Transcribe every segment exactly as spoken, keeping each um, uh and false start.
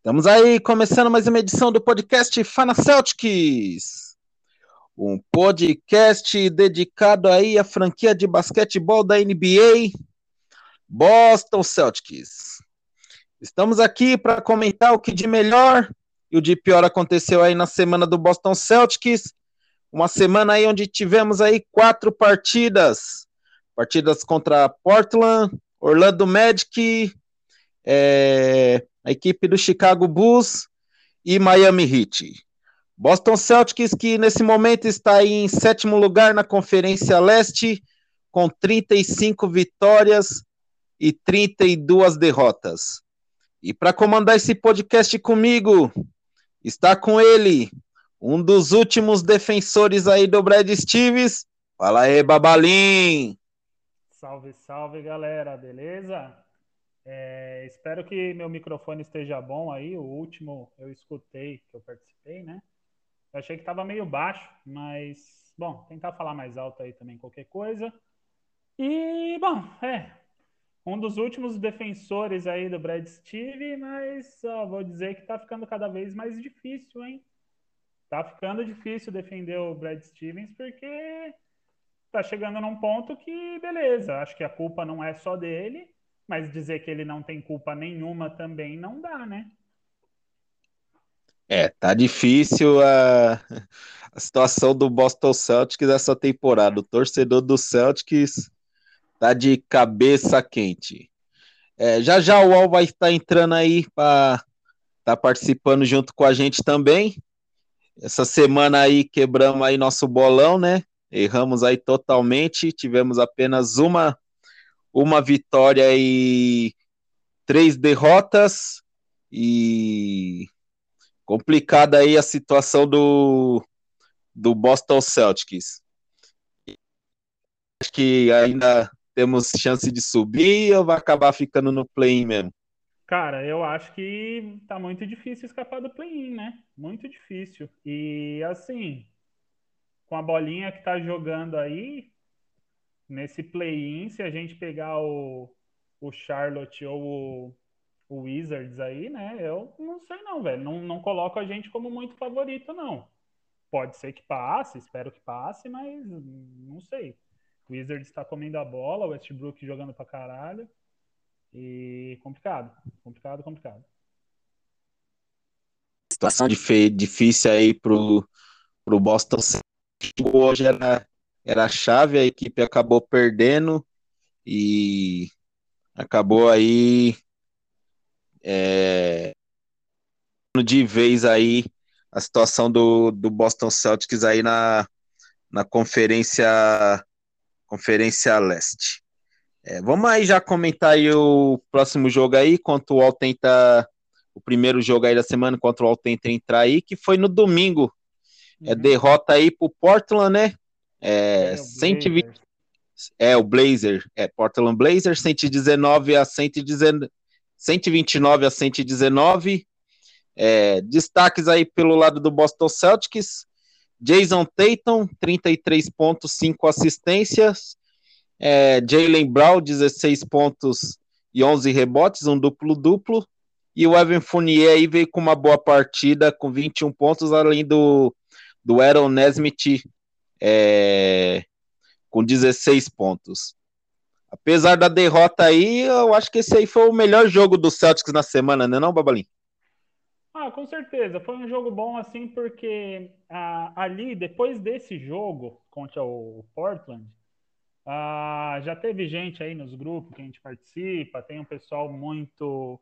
Estamos aí começando mais uma edição do podcast Fana Celtics, um podcast dedicado aí à franquia de basquetebol da N B A, Boston Celtics. Estamos aqui para comentar o que de melhor e o de pior aconteceu aí na semana do Boston Celtics, uma semana aí onde tivemos aí quatro partidas, partidas contra Portland, Orlando Magic, é, a equipe do Chicago Bulls e Miami Heat. Boston Celtics, que nesse momento está em sétimo lugar na Conferência Leste, com trinta e cinco vitórias e trinta e duas derrotas. E para comandar esse podcast comigo, está com ele, um dos últimos defensores aí do Brad Stevens. Fala aí, Babalim! Salve, salve, galera, beleza? É, espero que meu microfone esteja bom aí. O último eu escutei, que eu participei, né? Eu achei que estava meio baixo, mas, bom, tentar falar mais alto aí também, qualquer coisa. E, bom, é, um dos últimos defensores aí do Brad Steve, mas ó, vou dizer que tá ficando cada vez mais difícil, hein? Tá ficando difícil defender o Brad Stevens porque tá chegando num ponto que, beleza, acho que a culpa não é só dele, mas dizer que ele não tem culpa nenhuma também não dá, né? É, tá difícil a, a situação do Boston Celtics essa temporada. O torcedor do Celtics tá de cabeça quente. É, já já o Al vai estar entrando aí para estar tá participando junto com a gente também. Essa semana aí quebramos aí nosso bolão, né? Erramos aí totalmente, tivemos apenas uma uma vitória e três derrotas e complicada aí a situação do, do Boston Celtics. Acho que ainda temos chance de subir ou vai acabar ficando no play-in mesmo? Cara, eu acho que tá muito difícil escapar do play-in, né? Muito difícil. E assim, com a bolinha que tá jogando aí, nesse play-in, se a gente pegar o, o Charlotte ou o, o Wizards aí, né? Eu não sei não, velho. Não, não coloco a gente como muito favorito, não. Pode ser que passe, espero que passe, mas não sei. O Wizards está comendo a bola, o Westbrook jogando pra caralho. E complicado, complicado, complicado. Situação dif- difícil aí pro, pro Boston Celtics. Hoje era, era a chave, a equipe acabou perdendo e acabou aí é, de vez aí a situação do, do Boston Celtics aí na, na conferência, conferência Leste. É, vamos aí já comentar aí o próximo jogo aí, enquanto o Al tenta, o primeiro jogo aí da semana, enquanto o Al tenta entrar aí, que foi no domingo. É Uhum. derrota aí pro Portland, né? É, É, o cento e vinte, Blazers. é o Blazer, é Portland Blazers, cento e dezenove a cento e dezenove, cento e vinte e nove a cento e dezenove. É, destaques aí pelo lado do Boston Celtics, Jason Tatum, trinta e três pontos, cinco assistências, é, Jaylen Brown, dezesseis pontos e onze rebotes, um duplo-duplo, e o Evan Fournier aí veio com uma boa partida, com vinte e um pontos, além do, do Aaron Nesmith é, com dezesseis pontos. Apesar da derrota aí, eu acho que esse aí foi o melhor jogo do Celtics na semana, né não, Babalim? Ah, com certeza. Foi um jogo bom assim, porque ah, ali, depois desse jogo contra o Portland, ah, já teve gente aí nos grupos que a gente participa, tem um pessoal muito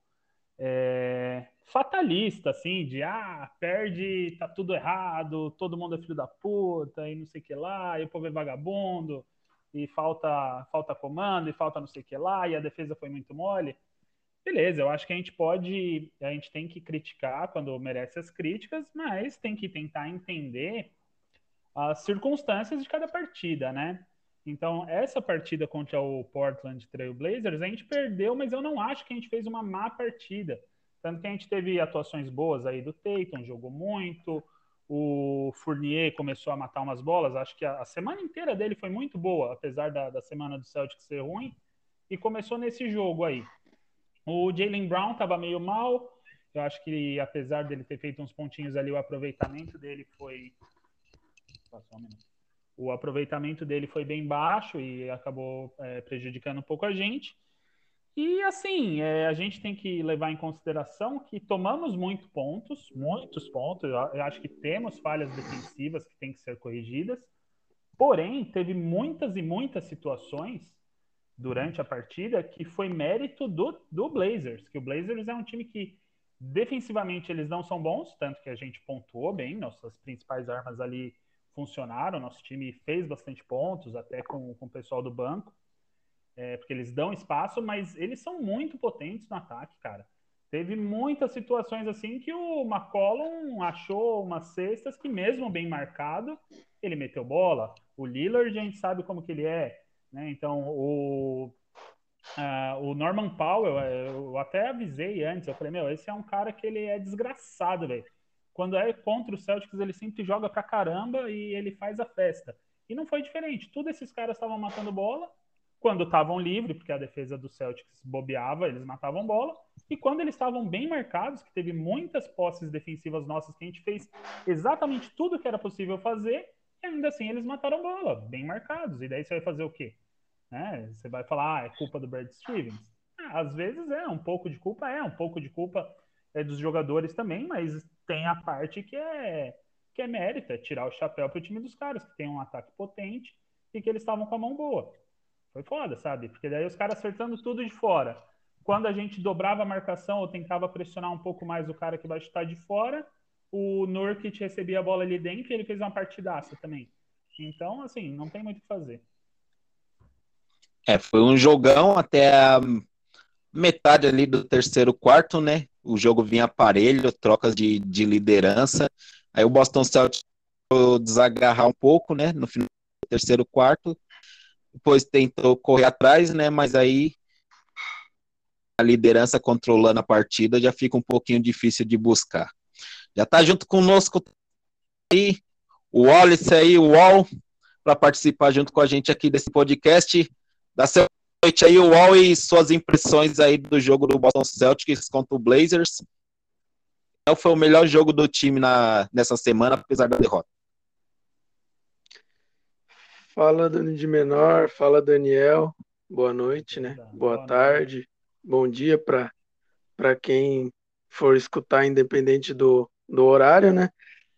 é, fatalista, assim, de ah, perde, tá tudo errado, todo mundo é filho da puta, e não sei o que lá, e o povo é vagabundo, e falta, falta comando, e falta não sei o que lá, e a defesa foi muito mole. Beleza, eu acho que a gente pode, a gente tem que criticar quando merece as críticas, mas tem que tentar entender as circunstâncias de cada partida, né? Então, essa partida contra o Portland Trail Blazers, a gente perdeu, mas eu não acho que a gente fez uma má partida. Tanto que a gente teve atuações boas aí do Tatum, jogou muito, o Fournier começou a matar umas bolas, acho que a, a semana inteira dele foi muito boa, apesar da, da semana do Celtic ser ruim, e começou nesse jogo aí. O Jaylen Brown estava meio mal, Eu acho que, apesar dele ter feito uns pontinhos ali, o aproveitamento dele foi... Passou um minuto. O aproveitamento dele foi bem baixo e acabou é, prejudicando um pouco a gente. E, assim, é, a gente tem que levar em consideração que tomamos muitos pontos, muitos pontos. Eu acho que temos falhas defensivas que têm que ser corrigidas. Porém, teve muitas e muitas situações durante a partida que foi mérito do, do Blazers, que o Blazers é um time que defensivamente eles não são bons, tanto que a gente pontuou bem, nossas principais armas ali funcionaram, nosso time fez bastante pontos, até com, com o pessoal do banco, é, porque eles dão espaço, mas eles são muito potentes no ataque, cara. Teve muitas situações assim que o McCollum achou umas cestas que, mesmo bem marcado, ele meteu bola. O Lillard, a gente sabe como que ele é, né? Então, o, uh, o Norman Powell, eu até avisei antes, eu falei, meu, esse é um cara que ele é desgraçado, velho. Quando é contra o Celtics, ele sempre joga pra caramba e ele faz a festa. E não foi diferente. Todos esses caras estavam matando bola. Quando estavam livres, porque a defesa do Celtics bobeava, eles matavam bola. E quando eles estavam bem marcados, que teve muitas posses defensivas nossas que a gente fez exatamente tudo que era possível fazer, e ainda assim eles mataram bola, bem marcados. E daí você vai fazer o quê? Né? Você vai falar, ah, é culpa do Brad Stevens? Ah, às vezes é, um pouco de culpa é, um pouco de culpa é dos jogadores também, mas tem a parte que é, que é mérito, é tirar o chapéu para o time dos caras, que tem um ataque potente e que eles estavam com a mão boa. Foi foda, sabe? Porque daí os caras acertando tudo de fora. Quando a gente dobrava a marcação ou tentava pressionar um pouco mais o cara que vai chutar de fora, o Nurkic recebia a bola ali dentro e ele fez uma partidaça também. Então, assim, não tem muito o que fazer. É, foi um jogão até a metade ali do terceiro quarto, né? O jogo vinha parelho, trocas de, de liderança. Aí o Boston Celtics desagarrar um pouco, né? No final do terceiro quarto. Depois tentou correr atrás, né? Mas aí a liderança controlando a partida já fica um pouquinho difícil de buscar. Já tá junto conosco aí o Wallace aí, o Wall, para participar junto com a gente aqui desse podcast. Da seu noite aí, o Wall, e suas impressões aí do jogo do Boston Celtics contra o Blazers. Qual foi o melhor jogo do time na, nessa semana, apesar da derrota? Fala, Dani de Menor, fala, Daniel. Boa noite, né? Boa, Boa tarde, noite. Bom dia para quem for escutar, independente do, do horário, né?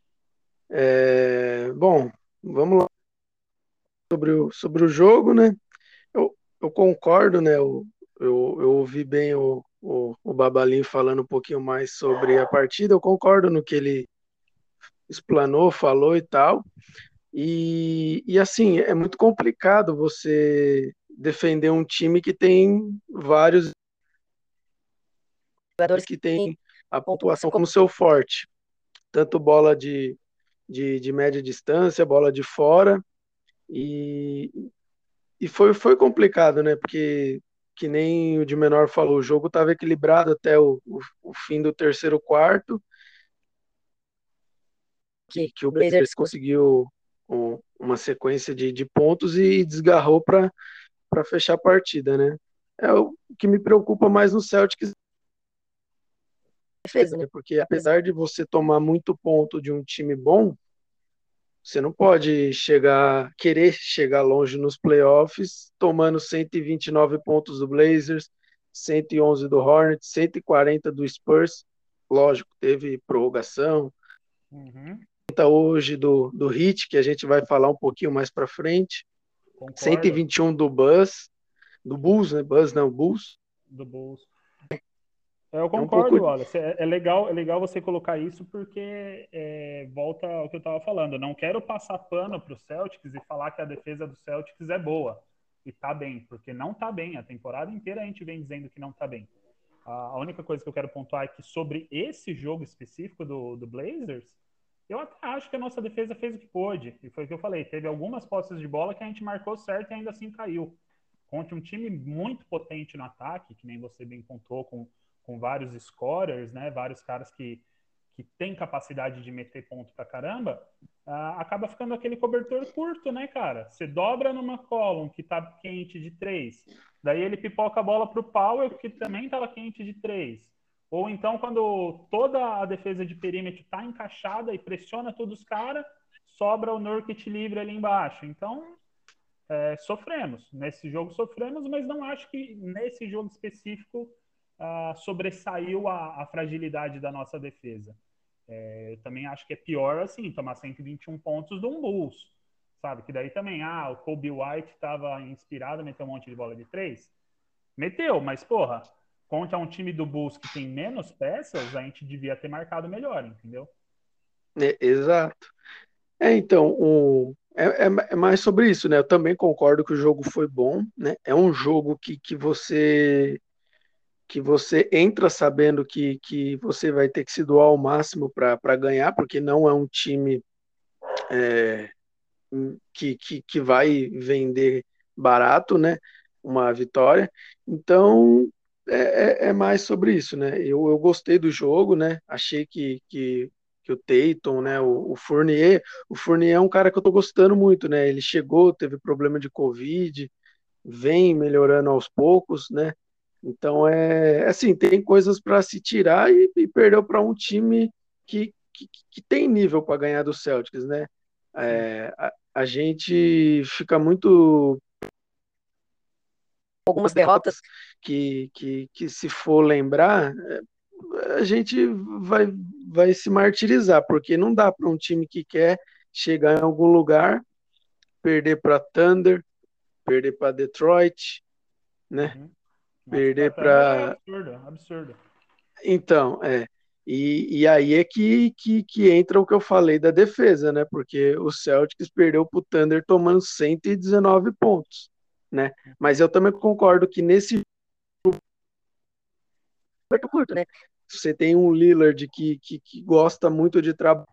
É, bom, vamos lá sobre o, sobre o jogo, né? Eu, eu concordo, né? Eu, eu, eu ouvi bem o, o, o Babalinho falando um pouquinho mais sobre a partida. Eu concordo no que ele explanou, falou e tal. E, e assim, é muito complicado você defender um time que tem vários jogadores que têm a pontuação como seu forte. Tanto bola de, de, de média distância, bola de fora. E, e foi, foi complicado, né? Porque, que nem o de menor falou, o jogo estava equilibrado até o, o, o fim do terceiro quarto. Que, que o Blazers conseguiu um, uma sequência de, de pontos e desgarrou para fechar a partida, né? É o que me preocupa mais no Celtics, né? Porque apesar de você tomar muito ponto de um time bom, você não pode chegar, querer chegar longe nos playoffs tomando cento e vinte e nove pontos do Blazers, cento e onze do Hornets, cento e quarenta do Spurs. Lógico, teve prorrogação. Uhum. Hoje do, do Heat, que a gente vai falar um pouquinho mais para frente. Concordo. cento e vinte e um do Buzz, do Bulls, né? Buzz não, Bulls. Do Bulls. Eu concordo, é um pouco... olha, é legal, é legal você colocar isso porque é, volta ao que eu estava falando. Não quero passar pano para o Celtics e falar que a defesa do Celtics é boa e tá bem, porque não tá bem. A temporada inteira a gente vem dizendo que não tá bem. A única coisa que eu quero pontuar é que sobre esse jogo específico do, do Blazers, eu até acho que a nossa defesa fez o que pôde. E foi o que eu falei, teve algumas posses de bola que a gente marcou certo e ainda assim caiu. Contra um time muito potente no ataque, que nem você bem pontuou, com, com vários scorers, né? Vários caras que, que têm capacidade de meter ponto pra caramba, uh, acaba ficando aquele cobertor curto, né, cara? Você dobra numa column que tá quente de três, daí ele pipoca a bola pro Powell, que também tava quente de três. ou então quando toda a defesa de perímetro está encaixada e pressiona todos os caras, sobra o Nurkic livre ali embaixo. Então, é, sofremos. Nesse jogo sofremos, mas não acho que nesse jogo específico uh, sobressaiu a, a fragilidade da nossa defesa. É, eu também acho que é pior, assim, tomar cento e vinte e um pontos de um Bulls, sabe? Que daí também, ah, o Kobe White estava inspirado, meteu um monte de bola de três. Meteu, mas, porra, contra um time do Bulls que tem menos peças, a gente devia ter marcado melhor, entendeu? É, exato. É, então, o, é, é, é mais sobre isso, né? Eu também concordo que o jogo foi bom, né? É um jogo que, que você que você entra sabendo que, que você vai ter que se doar ao máximo para ganhar, porque não é um time é, que, que, que vai vender barato, né? Uma vitória. Então, é, é é mais sobre isso, né? Eu, eu gostei do jogo, né? Achei que, que, que o Tatum, né? O, o Fournier, o Fournier é um cara que eu tô gostando muito, né? Ele chegou, teve problema de Covid, vem melhorando aos poucos, né? Então é assim, tem coisas para se tirar e, e perdeu para um time que, que, que tem nível para ganhar do Celtics, né? Sim. É, a, a gente fica muito algumas derrotas que, que, que se for lembrar, a gente vai, vai se martirizar, porque não dá para um time que quer chegar em algum lugar, perder para Thunder, perder para Detroit, né? Uhum. Nossa, para Perder Thunder é para. absurdo, absurdo. Então, é. E, e aí é que, que, que entra o que eu falei da defesa, né? Porque o Celtics perdeu para o Thunder tomando cento e dezenove pontos, né? Mas eu também concordo que nesse curto, curto, né? Você tem um Lillard que, que, que gosta muito de trabalhar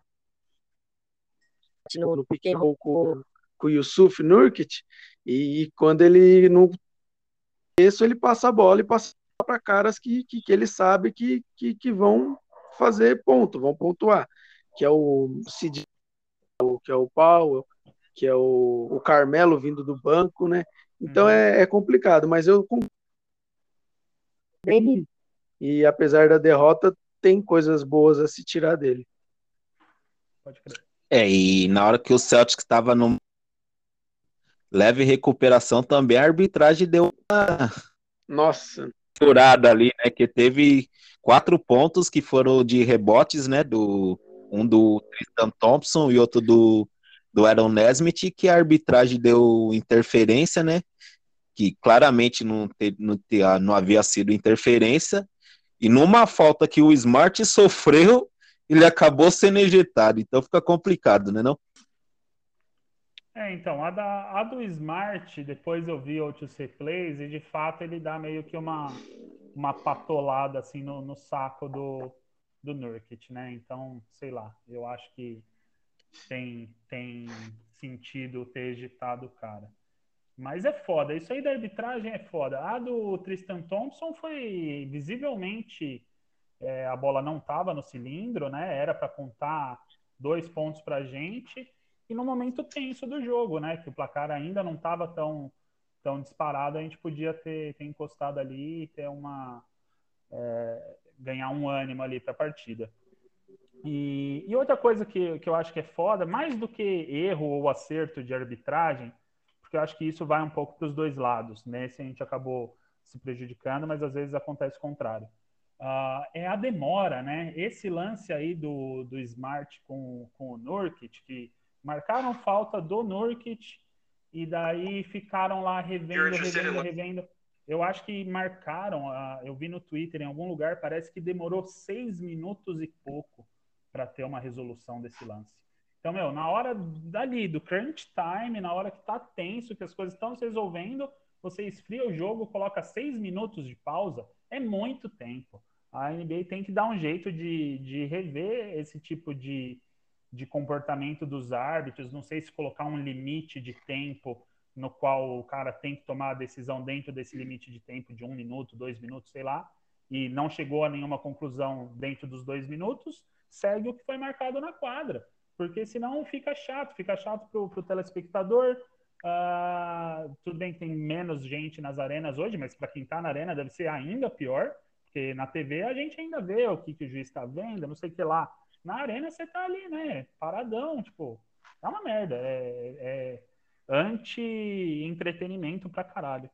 no, no pick and roll com, com o Yusuf Nurkic, e quando ele não isso ele passa a bola e passa para caras que, que, que ele sabe que, que, que vão fazer ponto, vão pontuar, que é o Cid, que é o Powell, que é o, o Carmelo vindo do banco, né? Então Uhum. é, é complicado, mas eu bem e apesar da derrota tem coisas boas a se tirar dele. Pode crer. É, e na hora que o Celtics estava no leve recuperação também, a arbitragem deu Nossa, furada ali, né? Que teve quatro pontos que foram de rebotes, né? Do, um do Tristan Thompson e outro do, do Aaron Nesmith, que a arbitragem deu interferência, né? Que claramente não, te, não, te, não havia sido interferência. E numa falta que o Smart sofreu, ele acabou sendo ejetado. Então fica complicado, né? Não? É, então, a, da, a do Smart, depois eu vi outros replays e de fato ele dá meio que uma, uma patolada assim no, no saco do, do Nurkic, né? Então, sei lá, eu acho que tem, tem sentido ter agitado o cara. Mas é foda, isso aí da arbitragem é foda. A do Tristan Thompson foi visivelmente é, a bola não estava no cilindro, né? Era para contar dois pontos para a gente. E no momento tenso do jogo, né? Que o placar ainda não estava tão, tão disparado, a gente podia ter, ter encostado ali e ter uma. É, ganhar um ânimo ali para a partida. E, e outra coisa que, que eu acho que é foda, mais do que erro ou acerto de arbitragem, porque eu acho que isso vai um pouco para os dois lados. Nesse a gente acabou se prejudicando, mas às vezes acontece o contrário. Uh, é a demora, né? Esse lance aí do, do Smart com, com o Nurkic, que marcaram falta do Nurkic e daí ficaram lá revendo, revendo, revendo. Eu acho que marcaram, uh, eu vi no Twitter, em algum lugar, parece que demorou seis minutos e pouco para ter uma resolução desse lance. Então, meu, na hora dali, do crunch time, na hora que tá tenso, que as coisas estão se resolvendo, você esfria o jogo, coloca seis minutos de pausa, é muito tempo. A N B A tem que dar um jeito de, de rever esse tipo de, de comportamento dos árbitros. Não sei se colocar um limite de tempo no qual o cara tem que tomar a decisão dentro desse limite de tempo de um minuto, dois minutos, sei lá, e não chegou a nenhuma conclusão dentro dos dois minutos, segue o que foi marcado na quadra. Porque senão fica chato, fica chato para o telespectador. Uh, tudo bem que tem menos gente nas arenas hoje, mas para quem está na arena deve ser ainda pior, Porque na T V a gente ainda vê o que, que o juiz está vendo, não sei o que lá. Na arena você tá ali, né? Paradão, tipo, é uma merda. É, é anti-entretenimento pra caralho.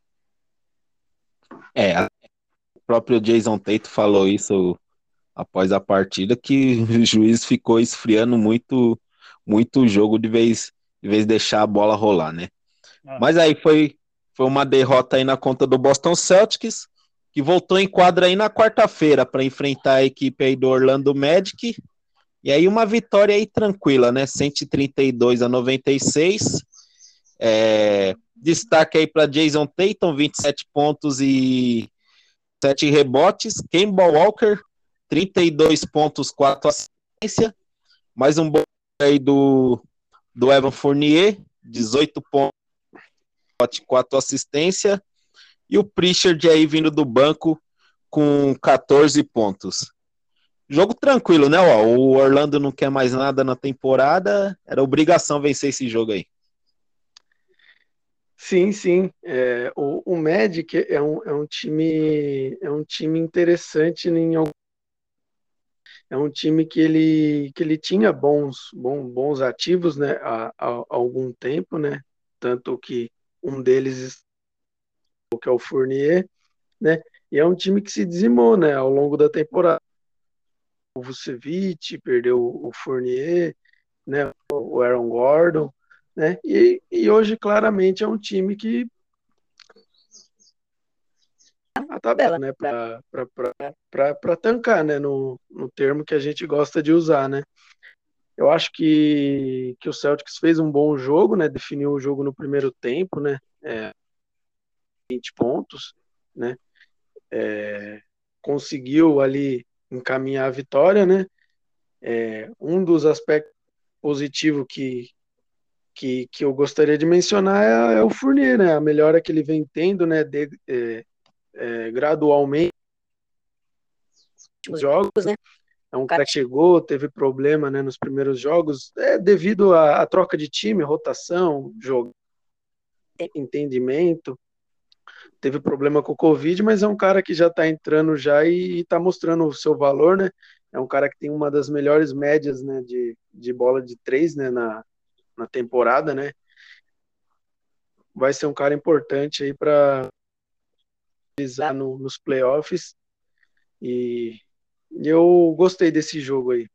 É, a- o próprio Jason Tate falou isso após a partida, que o juiz ficou esfriando muito, muito o jogo de vez, de vez de deixar a bola rolar, né? Mas Aham. aí foi, foi uma derrota aí na conta do Boston Celtics, que voltou em quadra aí na quarta-feira para enfrentar a equipe aí do Orlando Magic. E aí uma vitória aí tranquila, né? cento e trinta e dois a noventa e seis. É, destaque aí para Jason Tatum, vinte e sete pontos e sete rebotes. Kemba Walker, trinta e dois pontos, quatro assistências. Mais um bom aí do, do Evan Fournier, dezoito pontos, quatro assistências. E o Pritchard aí vindo do banco com quatorze pontos. Jogo tranquilo, né? Ó, o Orlando não quer mais nada na temporada. Era obrigação vencer esse jogo aí. Sim, sim. É, o, o Magic é um, é um time é um time interessante em algum- é um time que ele que ele tinha bons bons, bons ativos, né, há, há há algum tempo, né? Tanto que um deles que é o Fournier, né? E é um time que se dizimou, né, ao longo da temporada. O Vucevic perdeu o Fournier, né? O Aaron Gordon, né? E, e hoje claramente é um time que a tabela, né, para tancar, né, no, no termo que a gente gosta de usar, né. Eu acho que, que o Celtics fez um bom jogo, né, definiu o jogo no primeiro tempo, né, é, vinte pontos, né, é, conseguiu ali encaminhar a vitória, né. É, um dos aspectos positivos que, que, que eu gostaria de mencionar é, é o Fournier, né, a melhora que ele vem tendo, né, de, é, é, gradualmente nos jogos, né. É um cara que chegou, teve problema, né, nos primeiros jogos, é, devido à, à troca de time, rotação, jogo, entendimento. Teve problema com o Covid, mas é um cara que já está entrando já e está mostrando o seu valor, né? É um cara que tem uma das melhores médias, né, de, de bola de três, né, na, na temporada, né? Vai ser um cara importante aí para pisar no, nos playoffs e, e eu gostei desse jogo aí.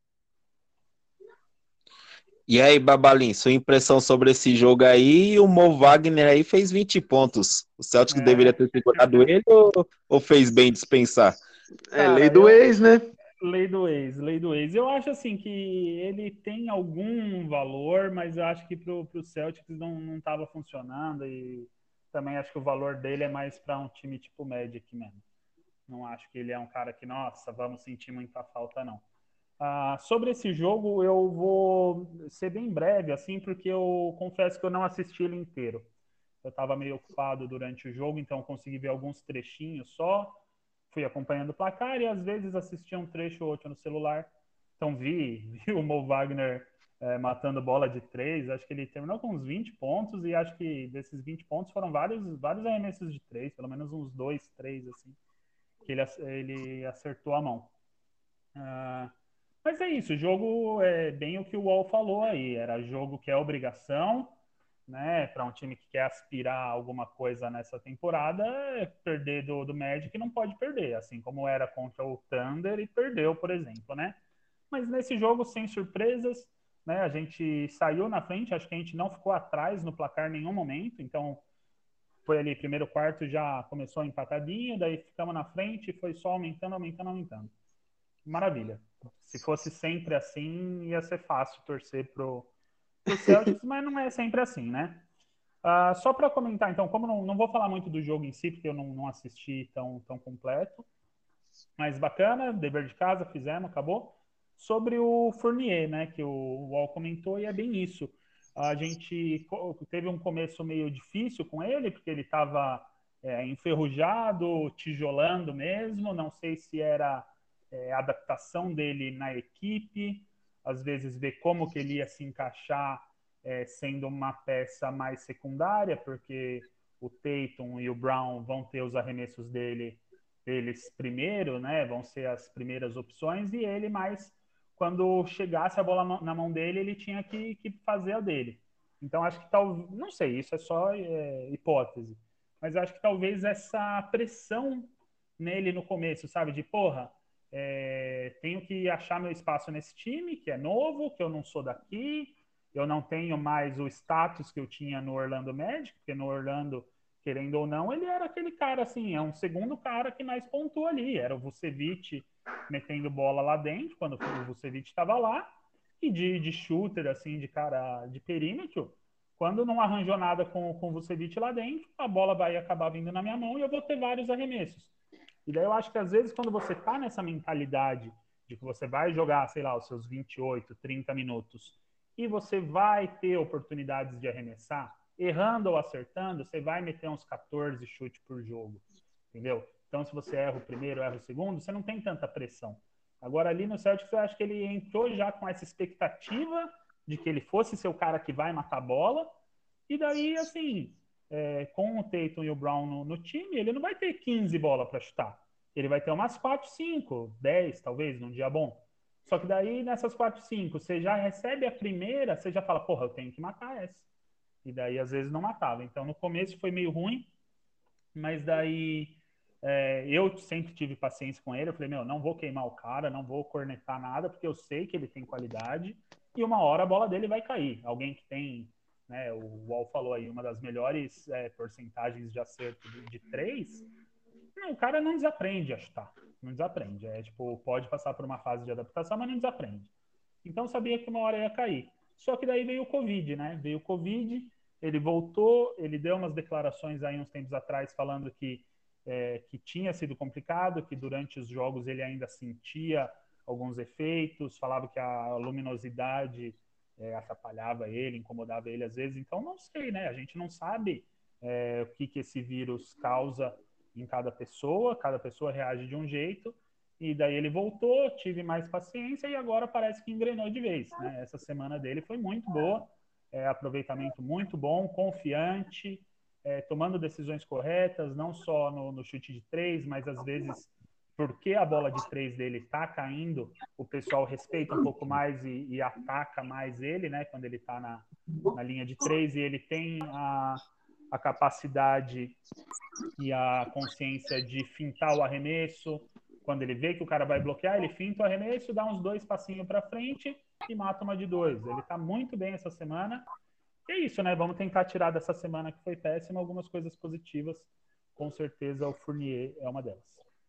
E aí, Babalim, sua impressão sobre esse jogo aí? O Mo Wagner aí fez vinte pontos. O Celtics deveria É. ter segurado ele ou, ou fez bem dispensar? É lei Cara, do eu. ex, né? Lei do ex, lei do ex. Eu acho assim que ele tem algum valor, mas eu acho que pro, pro Celtics não, não tava funcionando e também acho que o valor dele é mais para um time tipo Magic mesmo. Não acho que ele é um cara que, nossa, vamos sentir muita falta, não. Ah, sobre esse jogo, eu vou ser bem breve, assim, porque eu confesso que eu não assisti ele inteiro. Eu estava meio ocupado durante o jogo, então consegui ver alguns trechinhos só. Fui acompanhando o placar e às vezes assistia um trecho ou outro no celular. Então vi, vi o Mo Wagner é, matando bola de três. Acho que ele terminou com uns vinte pontos e acho que desses vinte pontos foram vários, vários arremessos de três, pelo menos uns dois, três, assim, que ele, ele acertou a mão. Ah, mas é isso, o jogo é bem o que o Wall falou aí. Era jogo que é obrigação, né? Para um time que quer aspirar a alguma coisa nessa temporada, é perder do, do Magic não pode perder, assim como era contra o Thunder e perdeu, por exemplo, né? Mas nesse jogo, sem surpresas, né? A gente saiu na frente, acho que a gente não ficou atrás no placar em nenhum momento, então foi ali, primeiro quarto já começou empatadinho, daí ficamos na frente e foi só aumentando, aumentando, aumentando. Maravilha. Se fosse sempre assim, ia ser fácil torcer pro, pro Celtics, mas não é sempre assim, né? Uh, só para comentar, então, como não, não vou falar muito do jogo em si, porque eu não, não assisti tão, tão completo, mas bacana, dever de casa, fizemos, acabou. Sobre o Fournier, né, que o Wall comentou, e é bem isso. A gente teve um começo meio difícil com ele, porque ele estava é, enferrujado, tijolando mesmo, não sei se era é, a adaptação dele na equipe, às vezes ver como que ele ia se encaixar é, sendo uma peça mais secundária, porque o Tatum e o Brown vão ter os arremessos dele eles primeiro, né? Vão ser as primeiras opções, e ele mais, quando chegasse a bola na mão dele, ele tinha que, que fazer a dele. Então, acho que talvez, não sei, isso é só é, hipótese, mas acho que talvez essa pressão nele no começo, sabe? De, porra, é, tenho que achar meu espaço nesse time, que é novo, que eu não sou daqui, eu não tenho mais o status que eu tinha no Orlando Magic, porque no Orlando, querendo ou não, ele era aquele cara, assim, é um segundo cara que mais pontua ali, era o Vucevic metendo bola lá dentro, quando o Vucevic estava lá, e de, de shooter, assim, de cara de perímetro, quando não arranjou nada com, com o Vucevic lá dentro, a bola vai acabar vindo na minha mão e eu vou ter vários arremessos. E daí eu acho que às vezes quando você tá nessa mentalidade de que você vai jogar, sei lá, os seus vinte e oito, trinta minutos e você vai ter oportunidades de arremessar, errando ou acertando, você vai meter uns quatorze chutes por jogo, entendeu? Então se você erra o primeiro, erra o segundo, você não tem tanta pressão. Agora ali no Celtics eu acho que ele entrou já com essa expectativa de que ele fosse ser o cara que vai matar a bola, e daí assim, é, com o Tatum e o Brown no, no time, ele não vai ter quinze bolas para chutar. Ele vai ter umas quatro, cinco, dez, talvez, num dia bom. Só que daí, nessas quatro, cinco, você já recebe a primeira, você já fala, porra, eu tenho que matar essa. E daí, às vezes, não matava. Então, no começo foi meio ruim, mas daí é, eu sempre tive paciência com ele. Eu falei, meu, não vou queimar o cara, não vou cornetar nada, porque eu sei que ele tem qualidade e uma hora a bola dele vai cair. Alguém que tem, né, o Wall falou aí, uma das melhores é, porcentagens de acerto de, de três, não, o cara não desaprende a chutar. Não desaprende. É tipo, pode passar por uma fase de adaptação, mas não desaprende. Então sabia que uma hora ia cair. Só que daí veio o Covid, né? Veio o Covid, ele voltou, ele deu umas declarações aí uns tempos atrás falando que, é, que tinha sido complicado, que durante os jogos ele ainda sentia alguns efeitos, falava que a luminosidade é, atrapalhava ele, incomodava ele às vezes. Então não sei, né? A gente não sabe é, o que, que esse vírus causa em cada pessoa, cada pessoa reage de um jeito, e daí ele voltou, tive mais paciência e agora parece que engrenou de vez, né? Essa semana dele foi muito boa, é, aproveitamento muito bom, confiante, é, tomando decisões corretas, não só no, no chute de três, mas às vezes porque a bola de três dele está caindo, o pessoal respeita um pouco mais e, e ataca mais ele, né? Quando ele está na, na linha de três, e ele tem a, a capacidade e a consciência de fintar o arremesso. Quando ele vê que o cara vai bloquear, ele finta o arremesso, dá uns dois passinhos para frente e mata uma de dois. Ele está muito bem essa semana. E é isso, né? Vamos tentar tirar dessa semana que foi péssima algumas coisas positivas. Com certeza o Fournier é uma delas.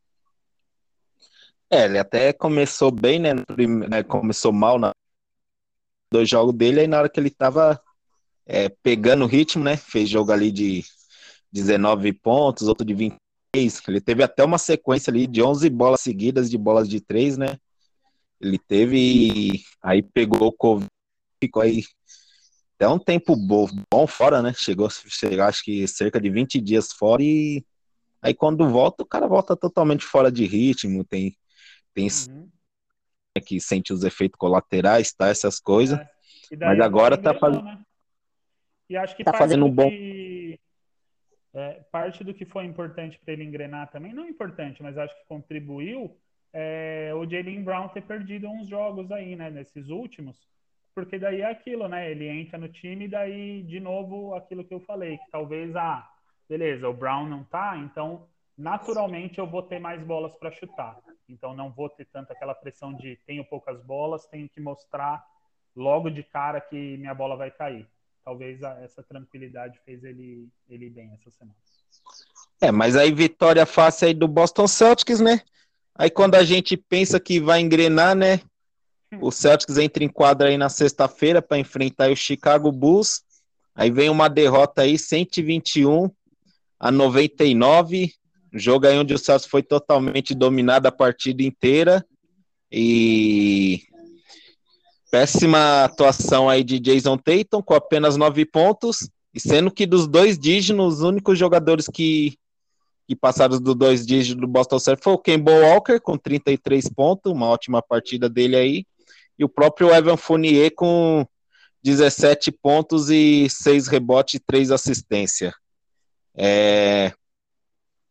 É, ele até começou bem, né? né começou mal na dois jogos dele, aí na hora que ele tava é, pegando o ritmo, né? Fez jogo ali de dezenove pontos, outro de vinte e três. Ele teve até uma sequência ali de onze bolas seguidas de bolas de três, né? Ele teve, aí pegou o Covid, ficou aí até um tempo bom, bom fora, né? Chegou, chegou, acho que cerca de vinte dias fora, e aí quando volta, o cara volta totalmente fora de ritmo, tem, tem Uhum. que sente os efeitos colaterais, tá? Essas coisas. É. E daí Mas agora tá engrenou, fazendo. né? E acho que Tá parte fazendo do um bom. que é, parte do que foi importante para ele engrenar também, não importante, mas acho que contribuiu, é o Jaylen Brown ter perdido uns jogos aí, né, nesses últimos, porque daí é aquilo, né, ele entra no time e daí, de novo, aquilo que eu falei, que talvez, ah, beleza, o Brown não tá, então, naturalmente eu vou ter mais bolas para chutar, então não vou ter tanto aquela pressão de tenho poucas bolas, tenho que mostrar logo de cara que minha bola vai cair. Talvez a, essa tranquilidade fez ele, ele bem essa semana. É, mas aí vitória fácil aí do Boston Celtics, né? Aí quando a gente pensa que vai engrenar, né? O Celtics entra em quadra aí na sexta-feira para enfrentar o Chicago Bulls. Aí vem uma derrota aí, cento e vinte e um a noventa e nove. Jogo aí onde o Celtics foi totalmente dominado a partida inteira. E péssima atuação aí de Jason Tatum, com apenas nove pontos, e sendo que dos dois dígitos, os únicos jogadores que, que passaram dos dois dígitos do Boston Celtics foi o Kemba Walker, com trinta e três pontos, uma ótima partida dele aí, e o próprio Evan Fournier com dezessete pontos e seis rebotes e três assistências. É...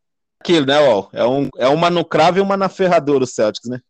aquilo, né, ó, é, um, é uma no cravo e uma na ferradura o Celtics, né?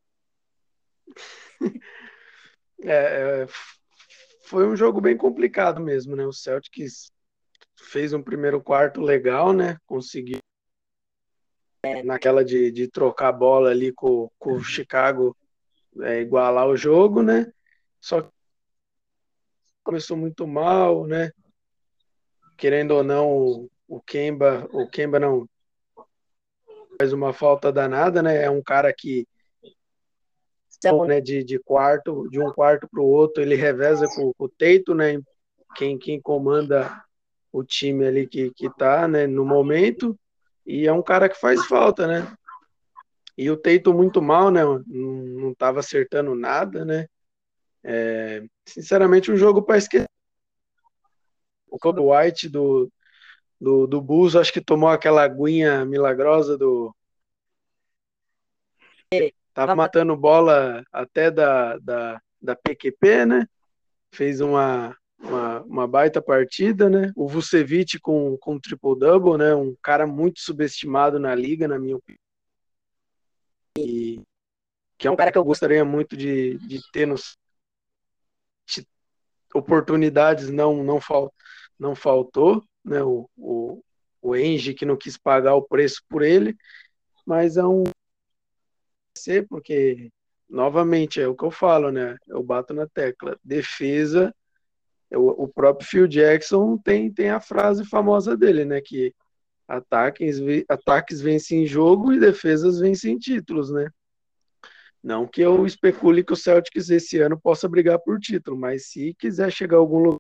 É, é, foi um jogo bem complicado mesmo, né? O Celtics fez um primeiro quarto legal, né? Conseguiu naquela de, de trocar a bola ali com, com o Chicago, é, igualar o jogo, né? Só que começou muito mal, né? Querendo ou não, o, o Kemba, o Kemba não faz uma falta danada, né? É um cara que, né, de, de quarto, de um quarto para o outro, ele reveza com, com o Tatum, né? Quem, quem comanda o time ali que, que tá, né, no momento, e é um cara que faz falta, né? E o Tatum muito mal, né? Não, não tava acertando nada, né? É, sinceramente, um jogo para esquecer. O Kobe White do, do, do Bulls, acho que tomou aquela aguinha milagrosa do. Tava matando bola até da, da, da P Q P, né? Fez uma, uma, uma baita partida, né? O Vucevic com, com triple-double, né? Um cara muito subestimado na liga, na minha opinião. E, que é um cara que eu gostaria muito de, de ter nos oportunidades, não, não, fal, não faltou, né? O, o, o Engie que não quis pagar o preço por ele, mas é um ser porque novamente é o que eu falo, né? Eu bato na tecla. Defesa, o, o próprio Phil Jackson tem, tem a frase famosa dele, né? Que ataques, ataques vencem jogo e defesas vencem títulos, né? Não que eu especule que o Celtics esse ano possa brigar por título, mas se quiser chegar a algum lugar.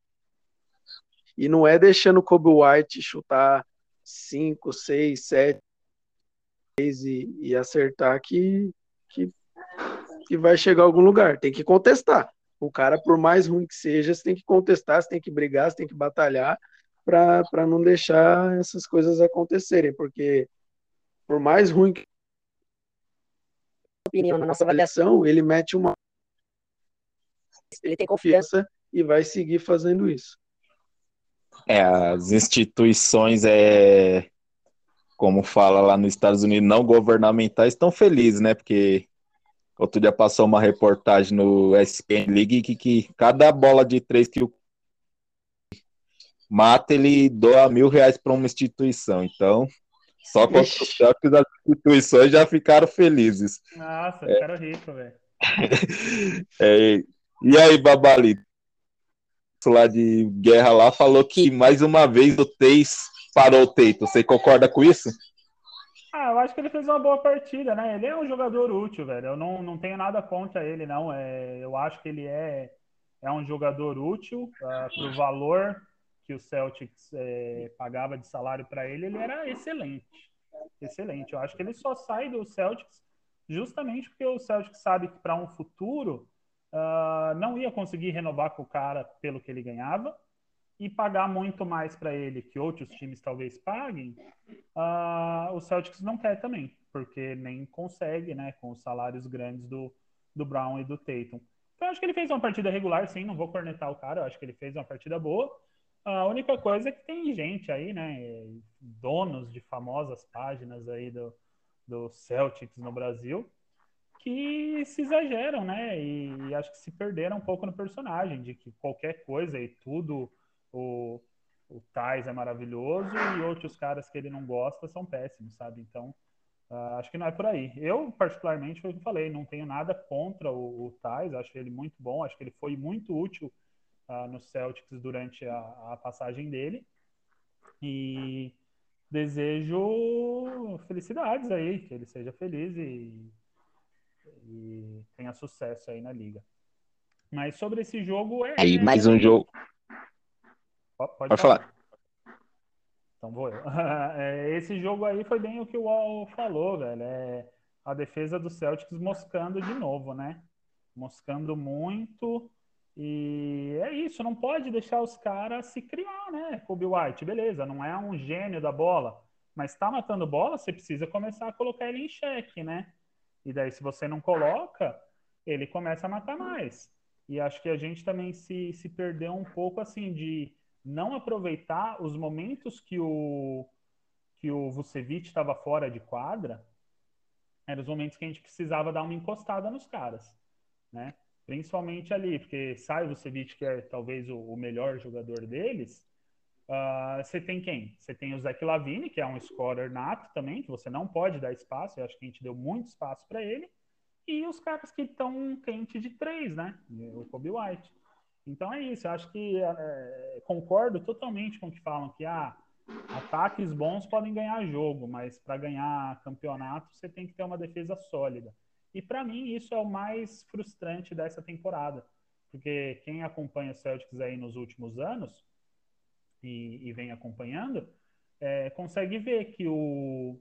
E não é deixando o Kobe White chutar cinco, seis, sete e, e acertar que, que, que vai chegar a algum lugar. Tem que contestar. O cara, por mais ruim que seja, você tem que contestar, você tem que brigar, você tem que batalhar para não deixar essas coisas acontecerem. Porque, por mais ruim que opinião na nossa avaliação, ele mete uma. Ele tem confiança e vai seguir fazendo isso. É, as instituições, é, como fala lá nos Estados Unidos, não governamentais, estão felizes, né? Porque outro dia passou uma reportagem no E S P N League que, que cada bola de três que o mata, ele doa mil reais para uma instituição. Então, só contra os Celtics, as instituições já ficaram felizes. Nossa, é. Ficaram ricos, velho. É, e aí, Babalito? Lá de guerra lá falou que mais uma vez o Teis parou o Teito. Você concorda com isso? Ah, eu acho que ele fez uma boa partida, né? Ele é um jogador útil, velho. Eu não, não tenho nada contra ele, não. É, eu acho que ele é, é um jogador útil uh, para o valor que o Celtics é, pagava de salário para ele. Ele era excelente, excelente. Eu acho que ele só sai do Celtics justamente porque o Celtics sabe que para um futuro uh, não ia conseguir renovar com o cara pelo que ele ganhava e pagar muito mais para ele que outros times talvez paguem. Uh, o Celtics não quer também, porque nem consegue, né, com os salários grandes do, do Brown e do Tatum. Então, eu acho que ele fez uma partida regular, sim, não vou cornetar o cara, eu acho que ele fez uma partida boa. A única coisa é que tem gente aí, né, donos de famosas páginas aí do, do Celtics no Brasil, que se exageram, né, e, e acho que se perderam um pouco no personagem, de que qualquer coisa e tudo o o Thais é maravilhoso e outros caras que ele não gosta são péssimos, sabe? Então, uh, acho que não é por aí. Eu, particularmente, foi o que eu falei, não tenho nada contra o, o Thais, acho ele muito bom, acho que ele foi muito útil uh, no Celtics durante a, a passagem dele. E desejo felicidades aí, que ele seja feliz e, e tenha sucesso aí na liga. Mas sobre esse jogo é. Aí, mais um jogo. Pode, pode Pode falar. falar. Então vou eu. Esse jogo aí foi bem o que o Wall falou, velho. É a defesa do Celtics moscando de novo, né? Moscando muito. E é isso, não pode deixar os caras se criar, né? Kobe White, beleza, não é um gênio da bola, mas tá matando bola, você precisa começar a colocar ele em xeque, né? E daí, se você não coloca, ele começa a matar mais. E acho que a gente também se, se perdeu um pouco assim de não aproveitar os momentos que o, que o Vucevic estava fora de quadra, eram os momentos que a gente precisava dar uma encostada nos caras, né? Principalmente ali, porque sai o Vucevic, que é talvez o, o melhor jogador deles, uh, você tem quem? Você tem o Zach LaVine, que é um scorer nato também, que você não pode dar espaço, eu acho que a gente deu muito espaço para ele, e os caras que estão quente de três, né? O Kobe White. Então é isso, eu acho que é, concordo totalmente com o que falam que ah, ataques bons podem ganhar jogo, mas para ganhar campeonato você tem que ter uma defesa sólida. E para mim isso é o mais frustrante dessa temporada, porque quem acompanha o Celtics aí nos últimos anos e, e vem acompanhando, é, consegue ver que o,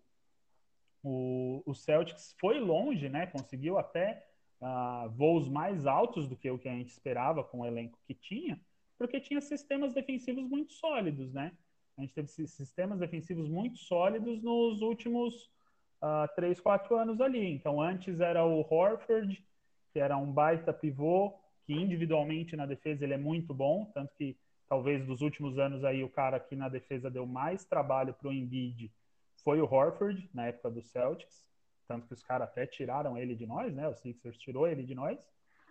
o, o Celtics foi longe, né? Conseguiu até uh, voos mais altos do que o que a gente esperava com o elenco que tinha, porque tinha sistemas defensivos muito sólidos, né? A gente teve sistemas defensivos muito sólidos nos últimos uh, três, quatro anos ali. Então, antes era o Horford, que era um baita pivô, que individualmente na defesa ele é muito bom, tanto que talvez dos últimos anos aí o cara que na defesa deu mais trabalho para o Embiid foi o Horford, na época do Celtics, tanto que os caras até tiraram ele de nós, né? O Sixers tirou ele de nós.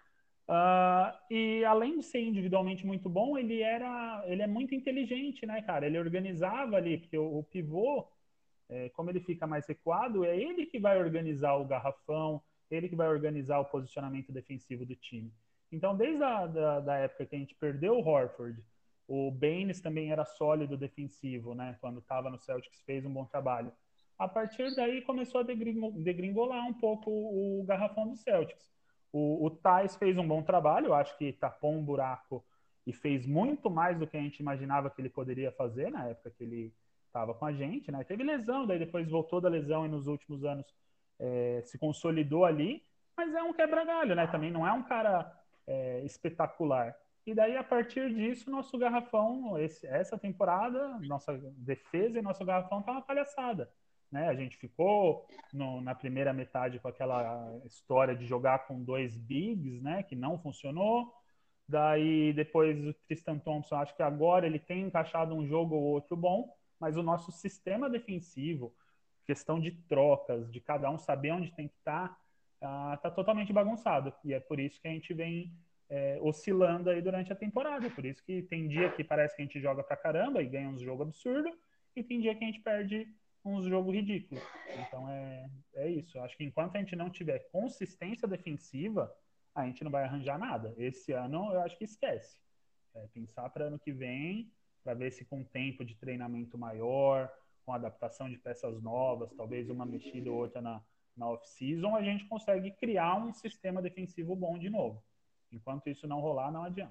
Uh, e além de ser individualmente muito bom, ele era, ele é muito inteligente, né, cara? Ele organizava ali, porque o, o pivô, é, como ele fica mais recuado, é ele que vai organizar o garrafão, ele que vai organizar o posicionamento defensivo do time. Então, desde a da, da época que a gente perdeu o Horford, o Baines também era sólido defensivo, né? Quando estava no Celtics, fez um bom trabalho. A partir daí começou a degringolar um pouco o, o garrafão do Celtics. O, o Thais fez um bom trabalho, eu acho que tapou um buraco e fez muito mais do que a gente imaginava que ele poderia fazer na época que ele estava com a gente, né? Teve lesão, daí depois voltou da lesão e nos últimos anos é, se consolidou ali, mas é um quebra-galho, né? Também não é um cara é, espetacular. E daí, a partir disso, nosso garrafão, esse, essa temporada, nossa defesa e nosso garrafão tá uma palhaçada. Né? A gente ficou no, na primeira metade com aquela história de jogar com dois bigs, né? Que não funcionou. Daí, depois, o Tristan Thompson, acho que agora ele tem encaixado um jogo ou outro bom, mas o nosso sistema defensivo, questão de trocas, de cada um saber onde tem que estar, tá, uh, tá totalmente bagunçado. E é por isso que a gente vem É, oscilando aí durante a temporada. Por isso que tem dia que parece que a gente joga pra caramba e ganha uns jogos absurdos, e tem dia que a gente perde uns jogos ridículos. Então é, é isso. Eu acho que enquanto a gente não tiver consistência defensiva, a gente não vai arranjar nada. Esse ano eu acho que esquece. É, pensar para ano que vem, para ver se com tempo de treinamento maior, com adaptação de peças novas, talvez uma mexida ou outra na, na off-season, a gente consegue criar um sistema defensivo bom de novo. Enquanto isso não rolar, não adianta.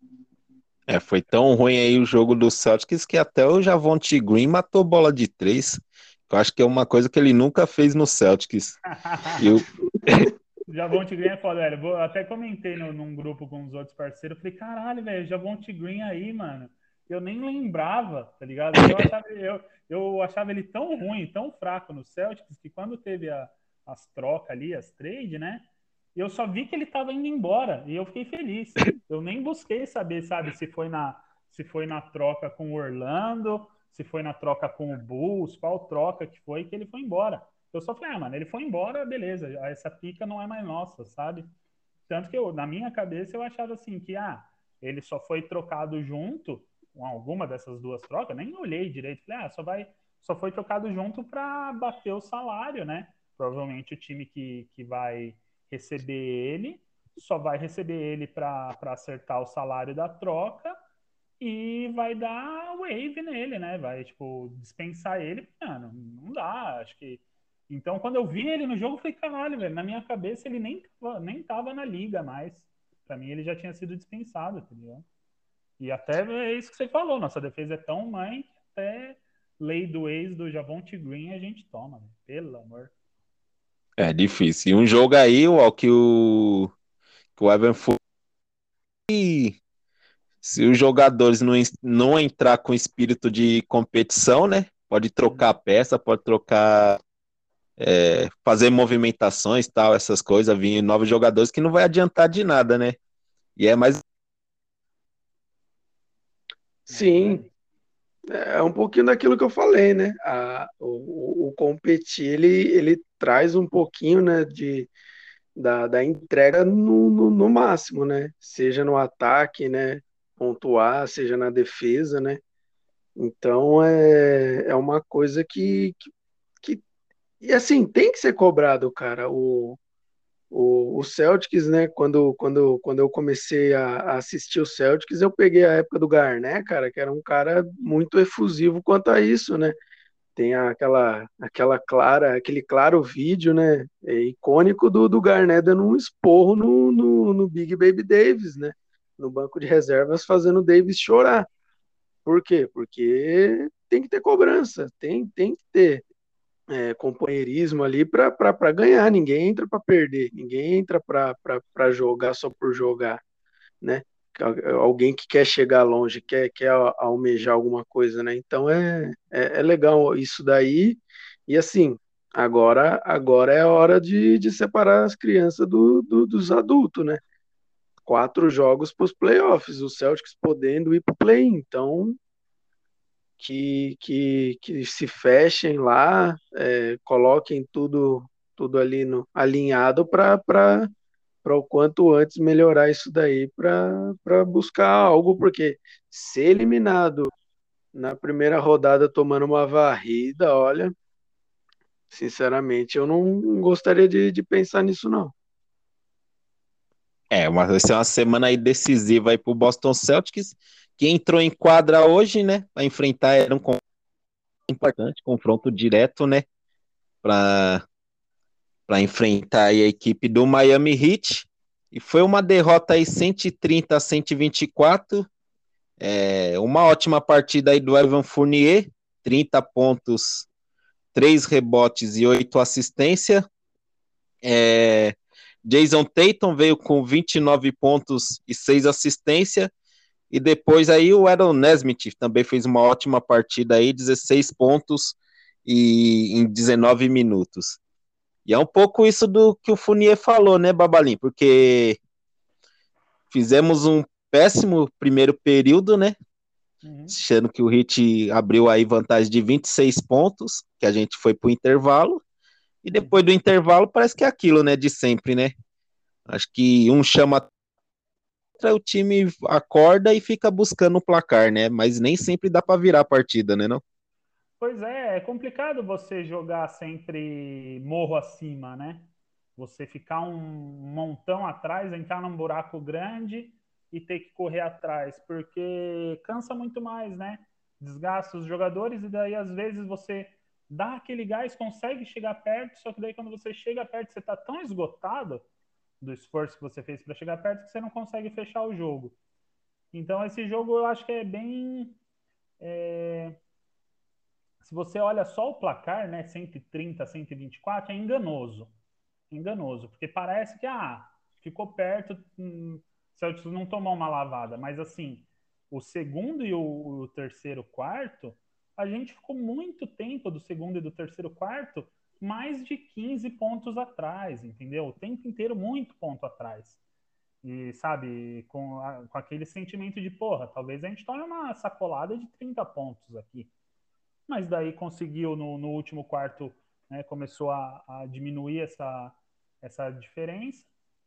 É, foi tão ruim aí o jogo do Celtics que até o Javonte Green matou bola de três. Eu acho que é uma coisa que ele nunca fez no Celtics. Eu... Javonte Green é foda, velho. Eu até comentei no, num grupo com os outros parceiros. Falei, caralho, velho, Javonte Green aí, mano. Eu nem lembrava, tá ligado? Eu achava, eu, eu achava ele tão ruim, tão fraco no Celtics, que quando teve a, as trocas ali, as trades, né? Eu só vi que ele estava indo embora e eu fiquei feliz. Eu nem busquei saber, sabe, se foi na, se foi na troca com o Orlando, se foi na troca com o Bulls, qual troca que foi que ele foi embora. Eu só falei, ah, mano, ele foi embora, beleza, essa pica não é mais nossa, sabe? Tanto que eu, na minha cabeça eu achava assim que, ah, ele só foi trocado junto com alguma dessas duas trocas, nem olhei direito, falei, ah, só, vai, só foi trocado junto para bater o salário, né? Provavelmente o time que, que vai receber ele, só vai receber ele para acertar o salário da troca e vai dar wave nele, né? Vai, tipo, dispensar ele. Mano, não dá, acho que... Então, quando eu vi ele no jogo, eu falei, caralho, velho, na minha cabeça ele nem tava, nem tava na liga mais. Pra mim, ele já tinha sido dispensado, tá ligado? E até é isso que você falou, nossa defesa é tão mãe que até lei do ex do Javonte Green a gente toma, né? Pelo amor. É difícil. E um jogo aí, ó, que o, que o Evan foi. Se os jogadores não, não entrar com espírito de competição, né? Pode trocar peça, pode trocar, é, fazer movimentações, tal, essas coisas, vir novos jogadores que não vai adiantar de nada, né? E é mais. Sim. É um pouquinho daquilo que eu falei, né? A, o, o, o competir, ele, ele traz um pouquinho, né, de, da, da entrega no, no, no máximo, né? Seja no ataque, né? Pontuar, seja na defesa, né? Então é, é uma coisa que, que, que. E assim, tem que ser cobrado, cara. O, o, o Celtics, né? Quando, quando, quando eu comecei a, a assistir o Celtics, eu peguei a época do Garnett, cara, que era um cara muito efusivo quanto a isso, né? Tem aquela, aquela clara, aquele claro vídeo, né? É icônico do, do Garnett dando um esporro no, no, no Big Baby Davis, né? No banco de reservas, fazendo o Davis chorar. Por quê? Porque tem que ter cobrança, tem, tem que ter é, companheirismo ali para ganhar. Ninguém entra para perder, ninguém entra para jogar só por jogar, né? Alguém que quer chegar longe, quer, quer almejar alguma coisa, né? Então é, é, é legal isso daí. E assim, agora, agora é a hora de, de separar as crianças do, do, dos adultos, né? Quatro jogos para os playoffs, os Celtics podendo ir para o play. Então, que, que, que se fechem lá, é, coloquem tudo, tudo ali no, alinhado para para o quanto antes melhorar isso daí para buscar algo, porque ser eliminado na primeira rodada tomando uma varrida, olha, sinceramente, eu não gostaria de, de pensar nisso, não. É, uma, vai ser uma semana aí decisiva aí pro Boston Celtics, que entrou em quadra hoje, né, para enfrentar, era um confronto importante, confronto direto, né, para para enfrentar aí a equipe do Miami Heat, e foi uma derrota aí cento e trinta a cento e vinte e quatro, é, uma ótima partida aí do Evan Fournier, trinta pontos, três rebotes e oito assistências. É, Jason Tatum veio com vinte e nove pontos e seis assistências. E depois aí o Aaron Nesmith também fez uma ótima partida aí, dezesseis pontos e em dezenove minutos. E é um pouco isso do que o Fournier falou, né, Babalim? Porque fizemos um péssimo primeiro período, né? Uhum. Achando que o Heat abriu aí vantagem de vinte e seis pontos, que a gente foi pro intervalo. E depois Uhum. do intervalo parece que é aquilo, né, de sempre, né? Acho que um chama o time acorda e fica buscando o placar, né? Mas nem sempre dá para virar a partida, né, não? Pois é, é complicado você jogar sempre morro acima, né? Você ficar um montão atrás, entrar num buraco grande e ter que correr atrás, porque cansa muito mais, né? Desgasta os jogadores e daí às vezes você dá aquele gás, consegue chegar perto, só que daí quando você chega perto, você tá tão esgotado do esforço que você fez para chegar perto que você não consegue fechar o jogo. Então esse jogo eu acho que é bem é, se você olha só o placar, né, cento e trinta, cento e vinte e quatro, é enganoso. Enganoso, porque parece que ah, ficou perto, hum, Celtics não tomou uma lavada, mas assim, o segundo e o, o terceiro quarto, a gente ficou muito tempo do segundo e do terceiro quarto mais de quinze pontos atrás, entendeu? O tempo inteiro muito ponto atrás. E, sabe, com, a, com aquele sentimento de, porra, talvez a gente tome uma sacolada de trinta pontos aqui, mas daí conseguiu no, no último quarto, né, começou a, a, diminuir essa, essa diferença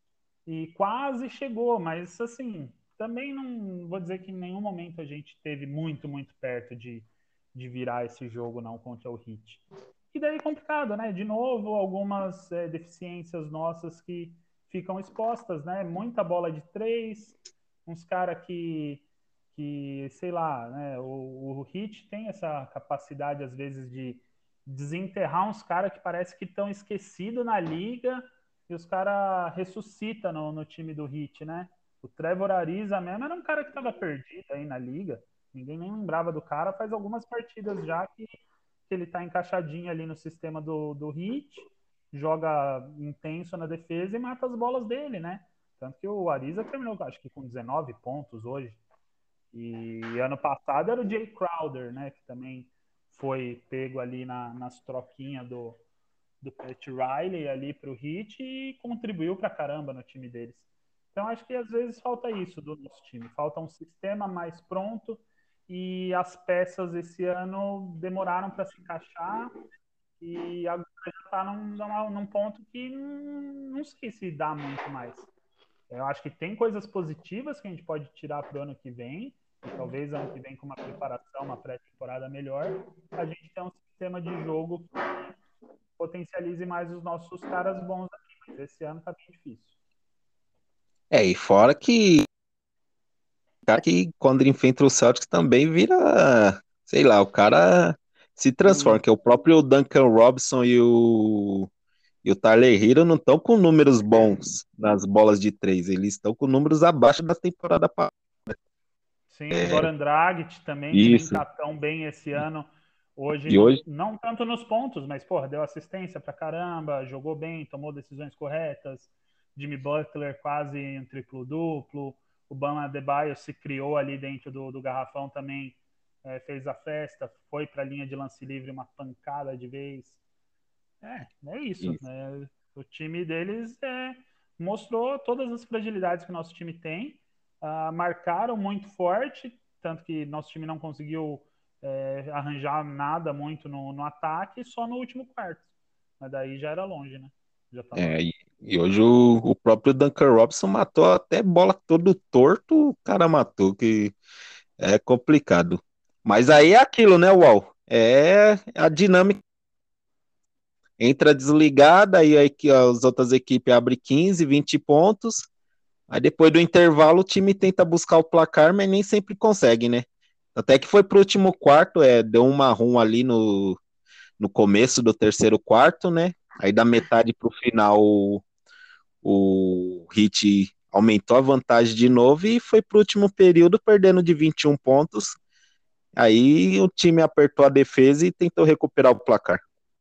e quase chegou, mas assim, também não vou dizer que em nenhum momento a gente teve muito, muito perto de, de virar esse jogo não contra o Heat. E daí é complicado, né? De novo, algumas é, deficiências nossas que ficam expostas, né? Muita bola de três, uns caras que que, sei lá, né, o, o Hit tem essa capacidade, às vezes, de desenterrar uns caras que parece que estão esquecidos na liga e os caras ressuscitam no, no time do Hit, né? O Trevor Ariza mesmo era um cara que estava perdido aí na liga. Ninguém nem lembrava do cara. Faz algumas partidas já que, que ele está encaixadinho ali no sistema do, do Hit, joga intenso na defesa e mata as bolas dele, né? Tanto que o Ariza terminou, acho que com dezenove pontos hoje. E ano passado era o Jay Crowder, né? Que também foi pego ali na, nas troquinhas do, do Pat Riley ali para o Heat e contribuiu para caramba no time deles. Então acho que às vezes falta isso do nosso time. Falta um sistema mais pronto e as peças esse ano demoraram para se encaixar e agora já está num, num, num ponto que não, não sei se dá muito mais. Eu acho que tem coisas positivas que a gente pode tirar para o ano que vem, e talvez ano que vem com uma preparação, uma pré-temporada melhor, a gente tem um sistema de jogo que potencialize mais os nossos caras bons aqui, mas esse ano tá bem difícil. É, e fora que, cara, que quando ele enfrenta o Celtics também vira, sei lá, o cara se transforma, Sim. que é o próprio Duncan Robinson e o, e o Tyler Hero não estão com números bons nas bolas de três, eles estão com números abaixo da temporada passada. Sim, o Goran Dragic também, que nem Isso. tá tão bem esse ano. Hoje, E não, hoje, não tanto nos pontos, mas, porra, deu assistência pra caramba, jogou bem, tomou decisões corretas. Jimmy Butler quase um triplo-duplo. O Bam Adebayo se criou ali dentro do, do garrafão também, é, fez a festa, foi pra linha de lance livre uma pancada de vez. É, é isso. isso. Né? O time deles é, mostrou todas as fragilidades que o nosso time tem, uh, marcaram muito forte, tanto que nosso time não conseguiu é, arranjar nada muito no, no ataque, só no último quarto. Mas daí já era longe, né? Já tava. É, e, e hoje o, o próprio Duncan Robinson matou até bola todo torto, o cara matou, que é complicado. Mas aí é aquilo, né, Uau? É a dinâmica entra desligada, aí, aí que as outras equipes abrem quinze, vinte pontos. Aí depois do intervalo o time tenta buscar o placar, mas nem sempre consegue, né? Até que foi pro último quarto, é, deu um marrom ali no, no começo do terceiro quarto, né? Aí da metade pro final o, o Heat aumentou a vantagem de novo e foi pro último período perdendo de vinte e um pontos. Aí o time apertou a defesa e tentou recuperar o placar.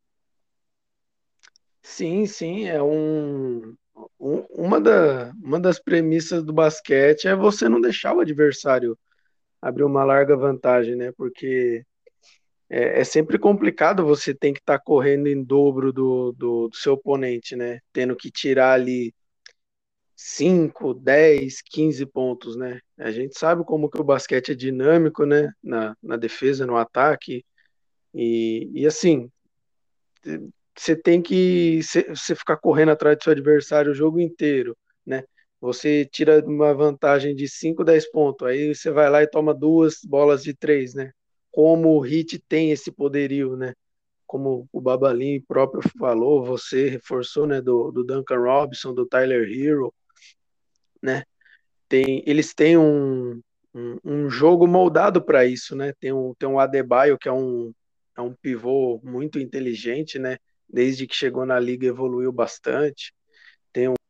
Sim, sim, é um, um- uma, da, uma das premissas do basquete é você não deixar o adversário abrir uma larga vantagem, né? Porque é, é sempre complicado, você tem que estar correndo em dobro do, do, do seu oponente, né? Tendo que tirar ali cinco, dez, quinze pontos, né? A gente sabe como que o basquete é dinâmico, né? Na, na defesa, no ataque. E, e assim, você tem que você ficar correndo atrás do seu adversário o jogo inteiro, né? Você tira uma vantagem de cinco, dez pontos, aí você vai lá e toma duas bolas de três, né? Como o Heat tem esse poderio, né? Como o Babalim próprio falou, você reforçou, né? Do, do Duncan Robinson, do Tyler Hero, né? Tem, eles têm um, um, um jogo moldado para isso, né? Tem um, tem um Adebayo, que é um, é um pivô muito inteligente, né? Desde que chegou na liga evoluiu bastante. Tem um...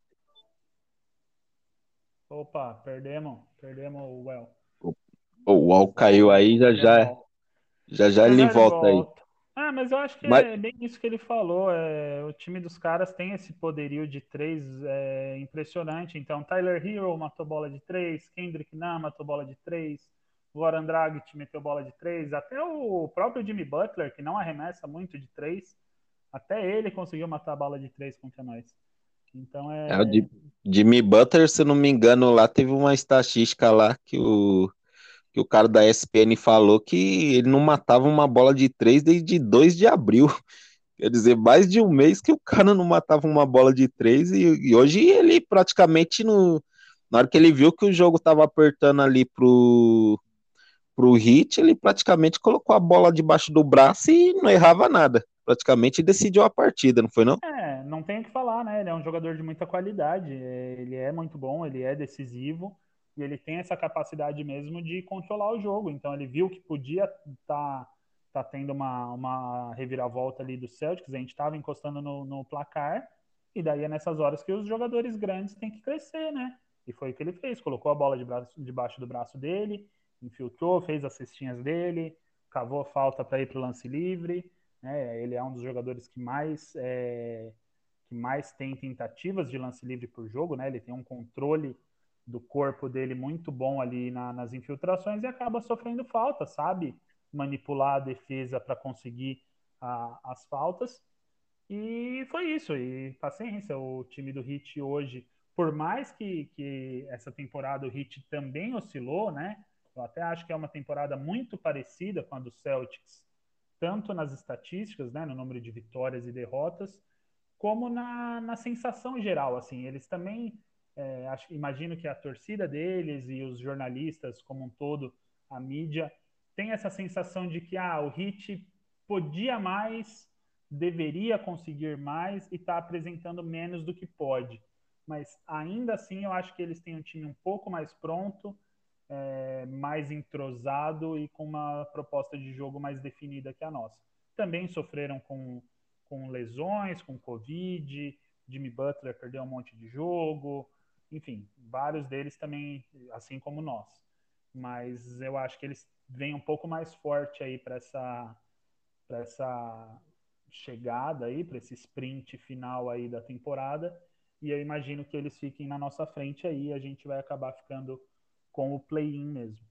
Opa, perdemos, perdemos o Well. O Wall caiu Volta, aí, já perdemos o já, Well. já já Já ele já ele volta aí. volta. Ah, mas eu acho que Mas é bem isso que ele falou. É, o time dos caras tem esse poderio de três é, impressionante. Então, Tyler Hero matou bola de três, Kendrick Nunn matou bola de três, Goran Dragic meteu bola de três, até o próprio Jimmy Butler, que não arremessa muito de três, até ele conseguiu matar a bola de três contra nós. Então é o é. Ji- Jimmy Butler, se eu não me engano, lá teve uma estatística lá que o, que o cara da E S P N falou que ele não matava uma bola de três desde dois de abril. Quer dizer, mais de um mês que o cara não matava uma bola de três e, e hoje ele praticamente no, na hora que ele viu que o jogo estava apertando ali pro, pro Hit, ele praticamente colocou a bola debaixo do braço e não errava nada. Praticamente decidiu a partida, não foi não? É, não tem o que falar, né? Ele é um jogador de muita qualidade. é, Ele é muito bom, ele é decisivo e ele tem essa capacidade mesmo de controlar o jogo. Então ele viu que podia estar tá, tá tendo uma, uma reviravolta ali do Celtics, a gente estava encostando no, no placar e daí é nessas horas que os jogadores grandes têm que crescer, né? E foi o que ele fez, colocou a bola de braço, debaixo do braço dele, infiltrou, fez as cestinhas dele, cavou a falta para ir para o lance livre. Né? Ele é um dos jogadores que mais é, que mais tem tentativas de lance livre por jogo, né? Ele tem um controle do corpo dele muito bom ali na, nas infiltrações e acaba sofrendo falta, sabe? Manipular a defesa para conseguir a, as faltas. E foi isso. E paciência, o time do Heat hoje, por mais que, que essa temporada o Heat também oscilou, né? Eu até acho que é uma temporada muito parecida com a do Celtics, tanto nas estatísticas, né, no número de vitórias e derrotas, como na, na sensação geral. Assim, eles também, é, acho, imagino que a torcida deles e os jornalistas como um todo, a mídia, tem essa sensação de que ah, o Heat podia mais, deveria conseguir mais e está apresentando menos do que pode. Mas ainda assim eu acho que eles têm um time um pouco mais pronto, é, mais entrosado e com uma proposta de jogo mais definida que a nossa. Também sofreram com, com lesões, com Covid, Jimmy Butler perdeu um monte de jogo, enfim, vários deles também, assim como nós. Mas eu acho que eles vêm um pouco mais forte aí para essa, para essa chegada aí, para esse sprint final aí da temporada, e eu imagino que eles fiquem na nossa frente aí, e a gente vai acabar ficando com o play-in mesmo.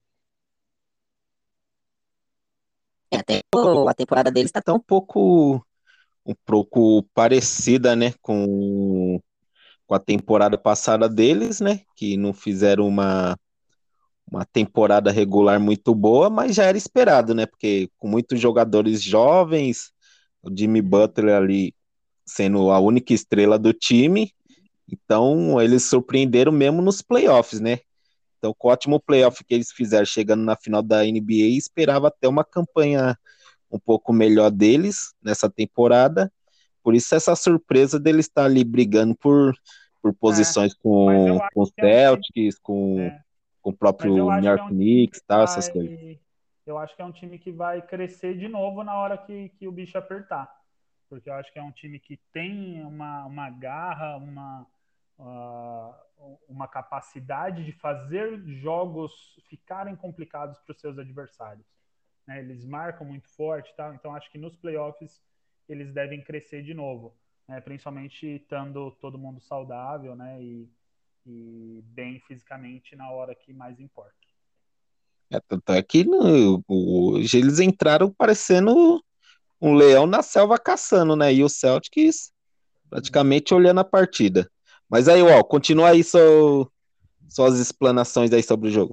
É, até a temporada deles está tão um pouco, um pouco parecida, né, com, com a temporada passada deles, né, que não fizeram uma, uma temporada regular muito boa, mas já era esperado, né, porque com muitos jogadores jovens, o Jimmy Butler ali sendo a única estrela do time, então eles surpreenderam mesmo nos playoffs, né? Então, com o ótimo playoff que eles fizeram chegando na final da N B A, esperava até uma campanha um pouco melhor deles nessa temporada. Por isso, essa surpresa deles estar ali brigando por, por posições É, mas eu com, acho com os que é um time, Celtics, com, é, com o mas eu próprio New acho que é York um time que Knicks, tal, essas coisas. vai, eu acho que é um time que vai crescer de novo na hora que, que o bicho apertar, porque eu acho que é um time que tem uma, uma garra, uma uh, uma capacidade de fazer jogos ficarem complicados para os seus adversários. Né? Eles marcam muito forte, tá? Então acho que nos playoffs eles devem crescer de novo, né? Principalmente estando todo mundo saudável, né? E, e bem fisicamente na hora que mais importa. É, tanto é que no, hoje eles entraram parecendo um leão na selva caçando, né? E o Celtics praticamente olhando a partida. Mas aí, ó, continua aí seu, suas explanações aí sobre o jogo.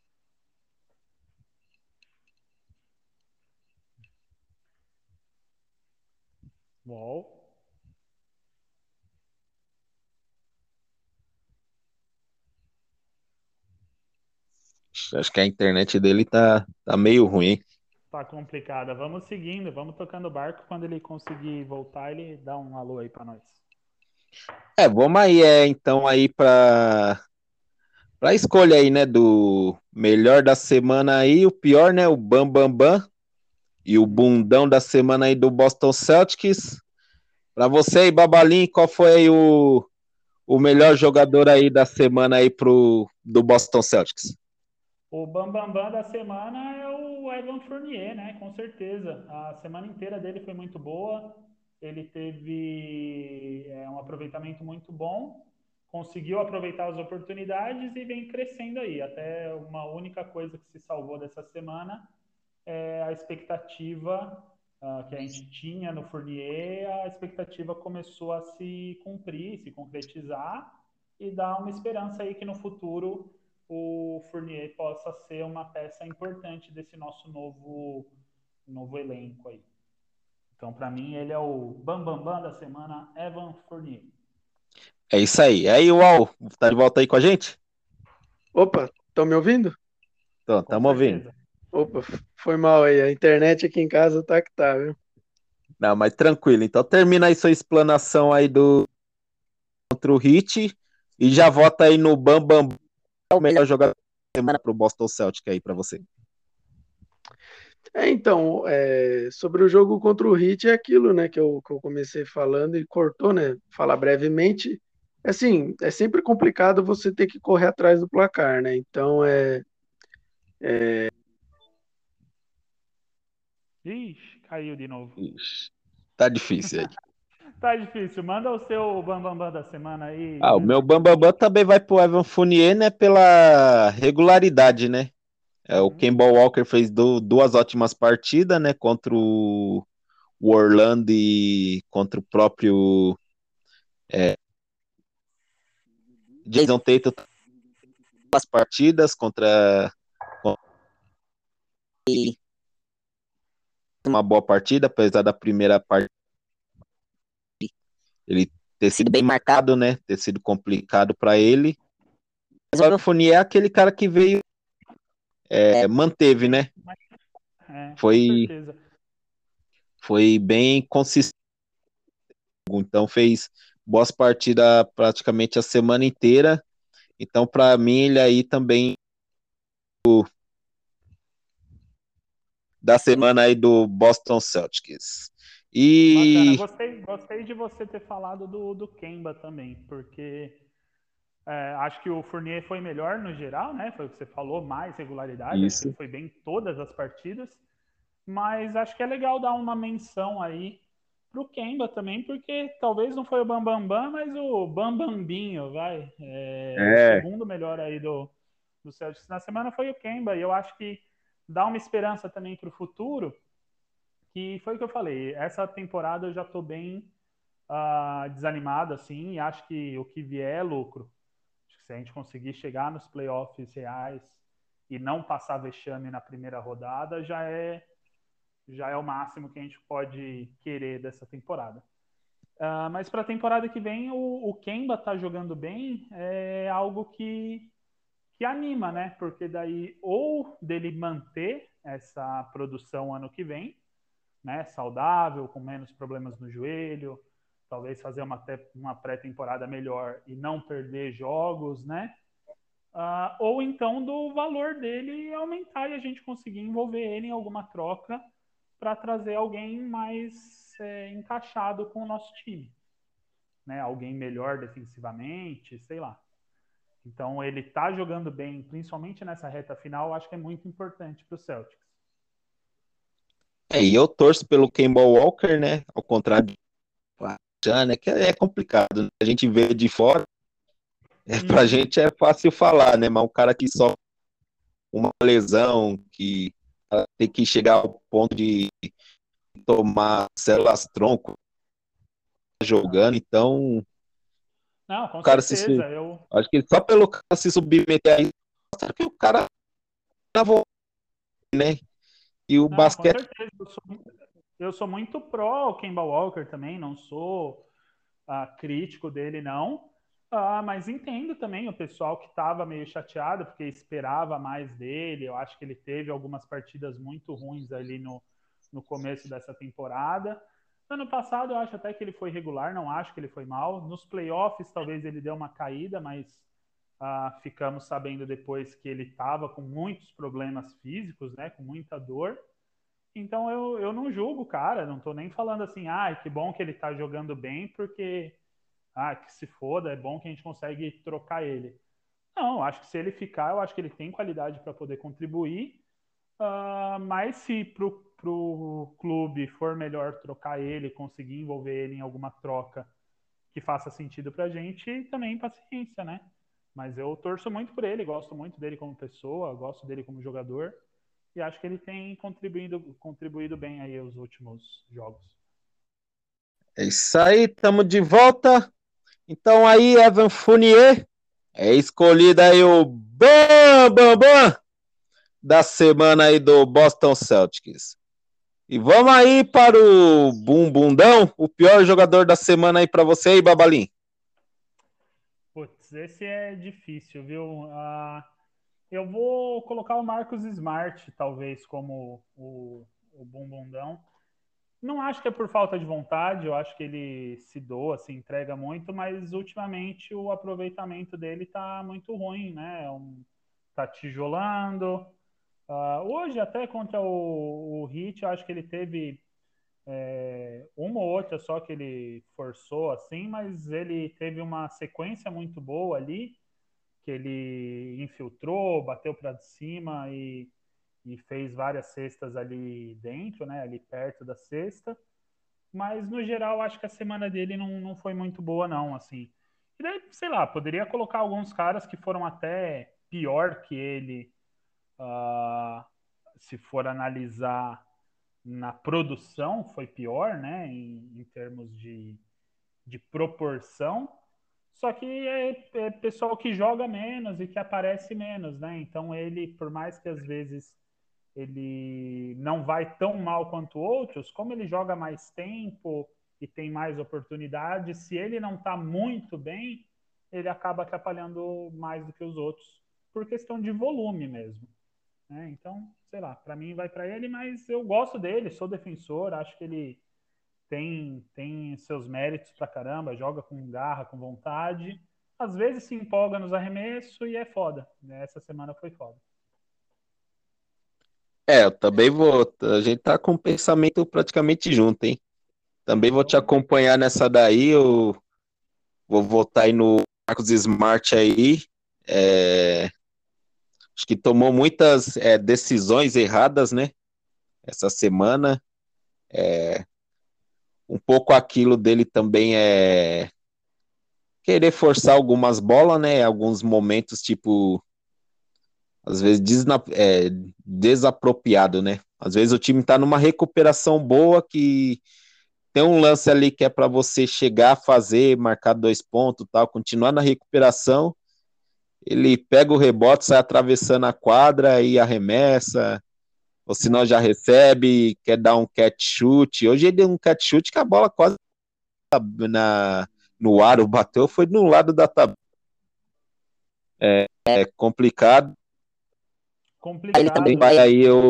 Bom. Acho que a internet dele tá, tá meio ruim. Tá complicada. Vamos seguindo, vamos tocando o barco. Quando ele conseguir voltar, ele dá um alô aí para nós. É, vamos aí, é, então aí para para escolha aí, né, do melhor da semana aí, o pior, né, o Bam Bam Bam e o bundão da semana aí do Boston Celtics. Para você aí, Babalim, qual foi aí o, o melhor jogador aí da semana aí pro do Boston Celtics? O Bambambam Bam Bam da semana é o Evan Fournier, né? Com certeza. A semana inteira dele foi muito boa. Ele teve é, um aproveitamento muito bom, conseguiu aproveitar as oportunidades e vem crescendo aí. Até uma única coisa que se salvou dessa semana é a expectativa uh, que a gente tinha no Fournier, a expectativa começou a se cumprir, se concretizar e dar uma esperança aí que no futuro o Fournier possa ser uma peça importante desse nosso novo, novo elenco aí. Então, para mim, ele é o Bambambam Bam Bam da semana, Evan Fournier. É isso aí. Aí, Uau, tá de volta aí com a gente? Opa, estão me ouvindo? Então, Com tamo ouvindo. certeza. Opa, foi mal aí. A internet aqui em casa tá que tá, viu? Não, mas tranquilo. Então termina aí sua explanação aí do contra o Heat e já vota aí no Bam Bam Bam, o melhor jogador da semana pro Boston Celtic aí para você. É, então, é, sobre o jogo contra o Heat é aquilo, né, que eu, que eu comecei falando e cortou, né? Falar brevemente. Assim, é sempre complicado você ter que correr atrás do placar, né? Então, é, é Ixi, caiu de novo. Ixi, tá difícil aí. Tá difícil. Manda o seu Bambambam Bam Bam da semana aí, Ah, o meu Renan. Bam Bam Bam também vai pro Evan Fournier, né, pela regularidade, né? É, o Uhum. Kemba Walker fez do, duas ótimas partidas, né, contra o, o Orlando e contra o próprio é, Jason Tatum, as partidas contra uma boa partida, apesar da primeira parte ele ter sido bem marcado, né? Ter sido complicado para ele. Mas o Evan Fournier é aquele cara que veio, é, manteve, né? É, com Foi, certeza. foi bem consistente. Então fez boas partidas praticamente a semana inteira. Então, para mim, ele aí também da semana aí do Boston Celtics. Bacana. E Gostei, gostei de você ter falado do, do Kemba também, porque é, acho que o Fournier foi melhor no geral, né? Foi o que você falou, mais regularidade. Acho que ele isso, foi bem em todas as partidas. Mas acho que é legal dar uma menção aí pro Kemba também, porque talvez não foi o Bambambam, Bam, Bam, mas o Bambambinho, vai. É, o é, segundo melhor aí do, do Celtics na semana foi o Kemba. E eu acho que dá uma esperança também para o futuro, que foi o que eu falei. Essa temporada eu já estou bem uh, desanimado, assim, e acho que o que vier é lucro. Acho que se a gente conseguir chegar nos playoffs reais e não passar vexame na primeira rodada, já é já é o máximo que a gente pode querer dessa temporada. Uh, mas para a temporada que vem, o, o Kemba tá jogando bem, é algo que, que anima, né? Porque daí, ou dele manter essa produção ano que vem, né? Saudável, com menos problemas no joelho, talvez fazer uma, uma pré-temporada melhor e não perder jogos, né? Uh, ou então do valor dele aumentar e a gente conseguir envolver ele em alguma troca para trazer alguém mais é, encaixado com o nosso time, né? Alguém melhor defensivamente, sei lá. Então ele tá jogando bem, principalmente nessa reta final, acho que é muito importante para o Celtics. é, e eu torço pelo Kemba Walker, né? Ao contrário de né? Que é complicado, né? A gente vê de fora, é, pra Uhum. gente é fácil falar, né? Mas um cara que só uma lesão, que tem que chegar ao ponto de tomar células tronco Não. jogando, então Não, o com cara se certeza. Eu... acho que só pelo cara se submeter a isso, mostra que o cara na vontade, né? E o Não, com basquete certeza. Eu sou, eu sou muito pró Kemba Walker também, não sou uh, crítico dele, não. Uh, mas entendo também o pessoal que estava meio chateado, porque esperava mais dele. Eu acho que ele teve algumas partidas muito ruins ali no, no começo dessa temporada. Ano passado eu acho até que ele foi regular, não acho que ele foi mal. Nos playoffs talvez ele deu uma caída, mas uh, ficamos sabendo depois que ele estava com muitos problemas físicos, né, com muita dor. Então eu, eu não julgo o cara, não estou nem falando assim, ah, que bom que ele está jogando bem, porque ah, que se foda, é bom que a gente consegue trocar ele. Não, acho que se ele ficar, eu acho que ele tem qualidade para poder contribuir. Uh, mas se pro, pro clube for melhor trocar ele, conseguir envolver ele em alguma troca que faça sentido pra gente, também paciência, né? Mas eu torço muito por ele, gosto muito dele como pessoa, gosto dele como jogador e acho que ele tem contribuído, contribuído bem aí os últimos jogos. é isso aí, estamos de volta. Então aí, Evan Fournier é escolhido aí o Bam Bam Bam da semana aí do Boston Celtics. E vamos aí para o Bumbundão, o pior jogador da semana aí para você aí, Babalim. Putz, esse é difícil, viu? Uh, eu vou colocar o Marcos Smart, talvez, como o, o bumbundão. Não acho que é por falta de vontade, eu acho que ele se doa, se entrega muito, mas ultimamente o aproveitamento dele tá muito ruim, né? Um, tá tijolando. Uh, hoje, até contra o, o Heat, eu acho que ele teve é, uma ou outra só que ele forçou assim, mas ele teve uma sequência muito boa ali, que ele infiltrou, bateu para cima e, e fez várias cestas ali dentro, né? Ali perto da cesta. Mas, no geral, acho que a semana dele não, não foi muito boa, não, assim. E daí, sei lá, poderia colocar alguns caras que foram até pior que ele, uh, se for analisar na produção, foi pior, né, em, em termos de, de proporção. Só que é, é pessoal que joga menos e que aparece menos, né? Então ele, por mais que às vezes ele não vai tão mal quanto outros, como ele joga mais tempo e tem mais oportunidades, se ele não está muito bem, ele acaba atrapalhando mais do que os outros, por questão de volume mesmo. Né? Então, sei lá, para mim vai para ele, mas eu gosto dele, sou defensor, acho que ele tem, tem seus méritos pra caramba, joga com garra, com vontade, às vezes se empolga nos arremessos e é foda. Essa semana foi foda. É, eu também vou. A gente tá com o pensamento praticamente junto, hein? Também vou te Então, acompanhar nessa daí. Eu vou votar aí no Marcos Smart aí. É, acho que tomou muitas é, decisões erradas, né? Essa semana. Um pouco aquilo dele também é querer forçar algumas bolas, né? Alguns momentos, tipo, às vezes desna- é, desapropriado, né? Às vezes o time tá numa recuperação boa que tem um lance ali que é para você chegar a fazer, marcar dois pontos, tal, continuar na recuperação. Ele pega o rebote, sai atravessando a quadra e arremessa, ou se não é. já recebe, quer dar um catch shoot. Hoje ele deu um catch shoot que a bola quase na, no aro bateu, foi no lado da tabela. É, é complicado. Ele também Complicado vai e aí eu,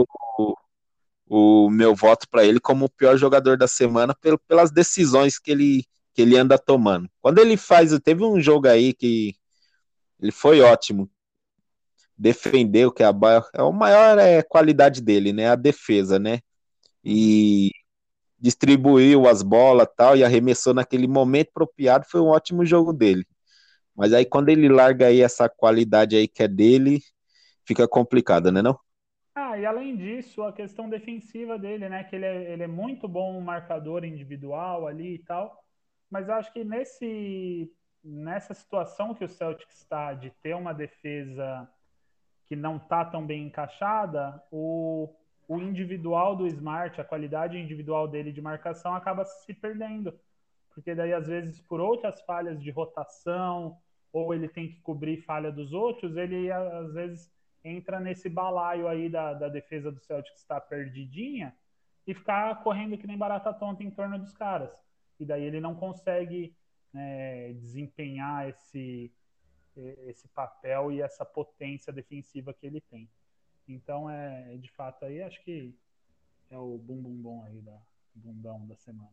o, o meu voto para ele como o pior jogador da semana pelo, pelas decisões que ele, que ele anda tomando. Quando ele faz, teve um jogo aí que ele foi ótimo, defendeu, que é a, é a maior é, qualidade dele, né? A defesa, né? uhum. E distribuiu as bolas tal, e arremessou naquele momento apropriado, foi um ótimo jogo dele. Mas aí quando ele larga aí essa qualidade aí que é dele, fica complicado, né não? Ah, e além disso, a questão defensiva dele, né? Que ele é, ele é muito bom marcador individual ali e tal. Mas eu acho que nesse, nessa situação que o Celtics está de ter uma defesa que não está tão bem encaixada, o, o individual do Smart, a qualidade individual dele de marcação acaba se perdendo. Porque daí, às vezes, por outras falhas de rotação, ou ele tem que cobrir falha dos outros, ele, às vezes, entra nesse balaio aí da, da defesa do Celtics estar perdidinha e ficar correndo que nem barata tonta em torno dos caras. E daí ele não consegue né, desempenhar esse, esse papel e essa potência defensiva que ele tem. Então, é de fato aí, acho que é o bum bum bom aí da bundão da semana.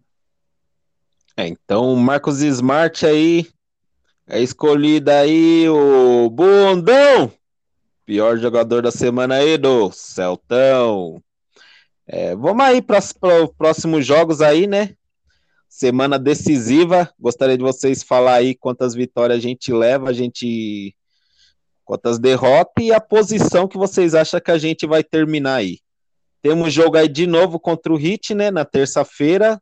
É, então o Marcos Smart aí é escolhido aí o Bundão, pior jogador da semana aí do Celtão. É, vamos aí para os próximos jogos aí, né? Semana decisiva. Gostaria de vocês falar aí quantas vitórias a gente leva, a gente quantas derrotas e a posição que vocês acham que a gente vai terminar aí. Temos jogo aí de novo contra o Heat, né? Na terça-feira.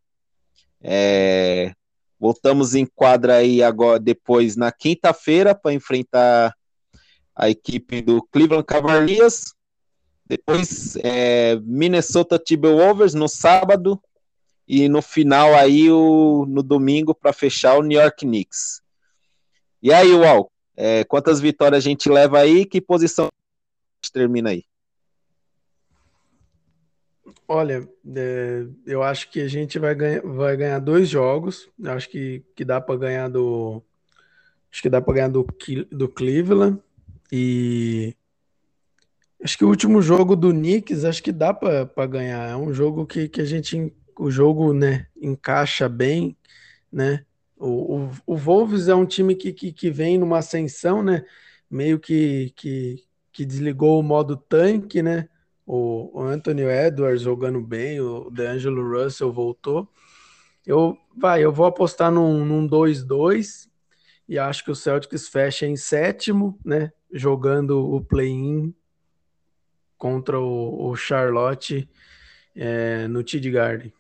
É, voltamos em quadra aí agora depois na quinta-feira para enfrentar a equipe do Cleveland Cavaliers. Depois é, Minnesota Timberwolves no sábado e no final aí o, no domingo para fechar o New York Knicks. E aí, Uau, é, quantas vitórias a gente leva aí? Que posição a gente termina aí? Olha, é, eu acho que a gente vai ganhar, vai ganhar dois jogos. Eu acho que, que dá para ganhar do, acho que dá para ganhar do, Ki- do Cleveland e acho que o último jogo do Knicks, acho que dá para ganhar. É um jogo que, que a gente, o jogo, né, encaixa bem, né? O, o, o Wolves é um time que, que, que vem numa ascensão, né? Meio que, que, que desligou o modo tanque, né? O, o Anthony Edwards jogando bem, o DeAngelo Russell voltou. Eu, vai, eu vou apostar num, num dois dois e acho que o Celtics fecha em sétimo, né? Jogando o play-in contra o, o Charlotte é, no T D Garden.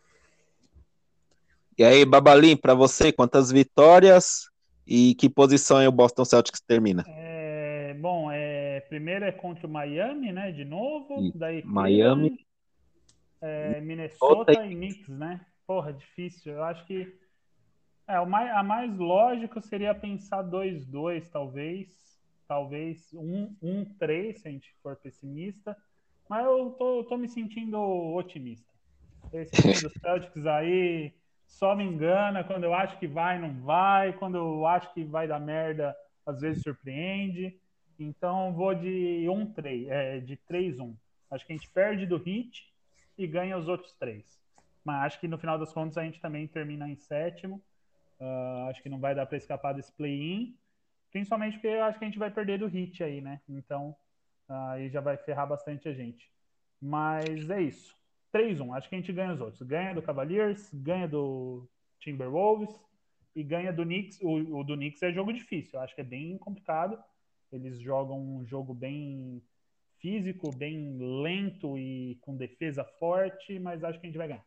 E aí, Babalim, para você, quantas vitórias e que posição aí o Boston Celtics termina? É, bom, é, primeiro é contra o Miami, né? De novo, E daí Miami, Cleveland, é, outra Minnesota e Knicks, né? Porra, difícil. Eu acho que é, o mais, a mais lógico seria pensar dois dois talvez. Talvez um um três se a gente for pessimista. Mas eu tô, tô me sentindo otimista. Esse time do Celtics aí só me engana. Quando eu acho que vai, não vai. Quando eu acho que vai dar merda, às vezes surpreende. Então vou de um três, é, de três um. Acho que a gente perde do Heat e ganha os outros três. Mas acho que no final das contas a gente também termina em sétimo. Uh, acho que não vai dar para escapar desse play-in. Principalmente porque eu acho que a gente vai perder do Heat aí, né? Então aí já vai ferrar bastante a gente. Mas é isso. três um. Acho que a gente ganha os outros. Ganha do Cavaliers, ganha do Timberwolves e ganha do Knicks. O, o do Knicks é jogo difícil. Acho que é bem complicado. Eles jogam um jogo bem físico, bem lento e com defesa forte, mas acho que a gente vai ganhar.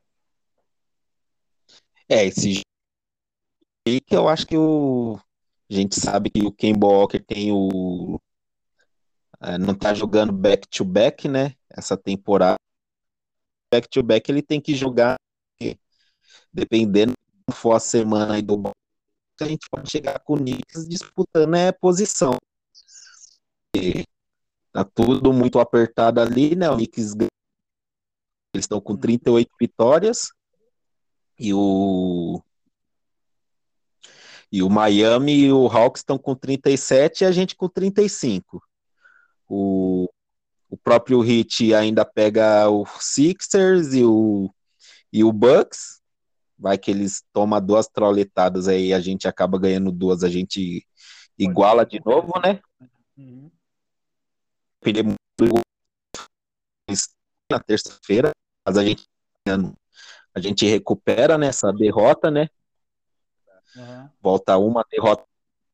É, esse jogo aí que eu acho que o... a gente sabe que o Kemba Walker tem o... é, não tá jogando back-to-back, né? Essa temporada. Back-to-back ele tem que jogar, dependendo se for a semana aí do Bucks, a gente pode chegar com o Knicks disputando é, posição. Tá tudo muito apertado ali, né? O Knicks, eles estão com trinta e oito vitórias e o e o Miami e o Hawks estão com trinta e sete e a gente com trinta e cinco. O, o próprio Heat ainda pega o Sixers e o, e o Bucks. Vai que eles tomam duas troletadas aí, a gente acaba ganhando duas, a gente iguala de novo, né? Uhum. Perder muito na terça-feira, mas a gente a gente recupera nessa derrota, né? Uhum. Volta uma derrota.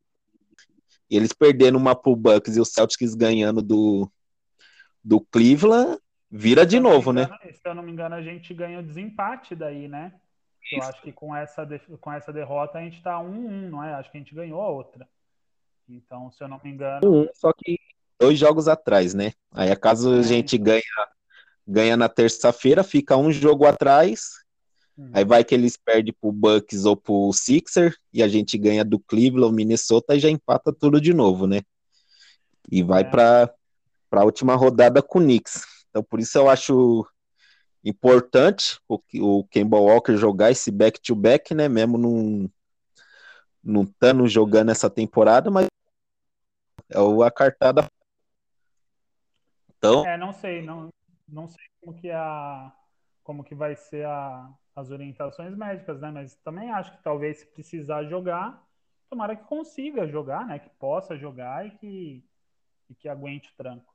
E eles perdendo uma pro Bucks e o Celtics ganhando do, do Cleveland, vira de novo, engano, né? Se eu não me engano, a gente ganha o desempate daí, né? Eu acho que com essa, de, com essa derrota a gente tá um um, não é? Acho que a gente ganhou a outra. Então, se eu não me engano. Um, só que dois jogos atrás, né? Aí, caso a É, gente então. ganha, ganha na terça-feira, fica um jogo atrás. Uhum. Aí vai que eles perdem pro Bucks ou pro Sixer e a gente ganha do Cleveland, Minnesota e já empata tudo de novo, né? E vai É. para a última rodada com o Knicks. Então, por isso eu acho importante o, o Kemba Walker jogar esse back-to-back, né? Mesmo não, não estando jogando essa temporada, mas é a cartada. Então, É, não sei, não, não sei como que, a, como que vai ser a, as orientações médicas, né? Mas também acho que talvez se precisar jogar, tomara que consiga jogar, né? Que possa jogar e que, e que aguente o tranco.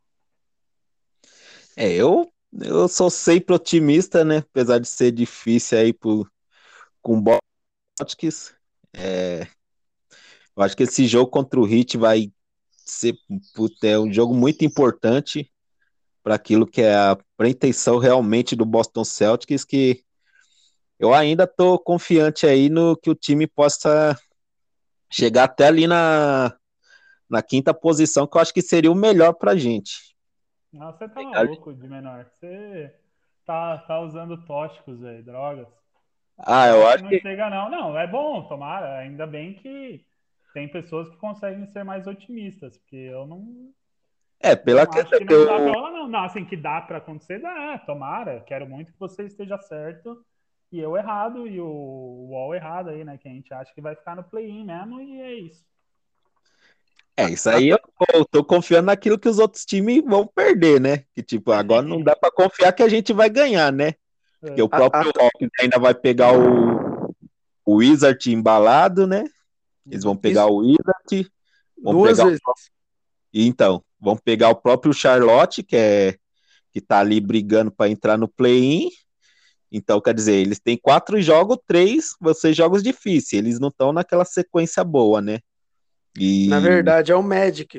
é, eu, eu sou sempre otimista, né? Apesar de ser difícil aí pro, com o Celtics. É, eu acho que esse jogo contra o Heat vai ser puta, é um jogo muito importante para aquilo que é a pretensão realmente do Boston Celtics, que eu ainda estou confiante aí no que o time possa chegar até ali na, na quinta posição, que eu acho que seria o melhor para a gente. Não, você tá maluco de menor. Você tá, tá usando tóxicos, velho, drogas. Ah, Eu eu acho que acho não que chega, não. Não, é bom, tomara. Ainda bem que tem pessoas que conseguem ser mais otimistas, porque eu não, é pela não acho questão que que não dá eu, pra rolar, não. Não, assim, que dá pra acontecer, dá. Tomara. Quero muito que você esteja certo e eu errado e o UOL errado aí, né? Que a gente acha que vai ficar no play-in mesmo e é isso. é isso aí, eu tô, tô confiando naquilo que os outros times vão perder, né? Que tipo, agora não dá para confiar que a gente vai ganhar, né? Porque o É. A- próprio a- Hawks ainda vai pegar o, o Wizard embalado, né? Eles vão Uhum. pegar isso o Wizard, vão duas pegar o, vezes. então, vão pegar o próprio Charlotte, que é que tá ali brigando para entrar no play-in. Então, quer dizer, eles têm quatro jogos, três vão ser jogos difíceis. Eles não estão naquela sequência boa, né? Na E verdade, é o Magic.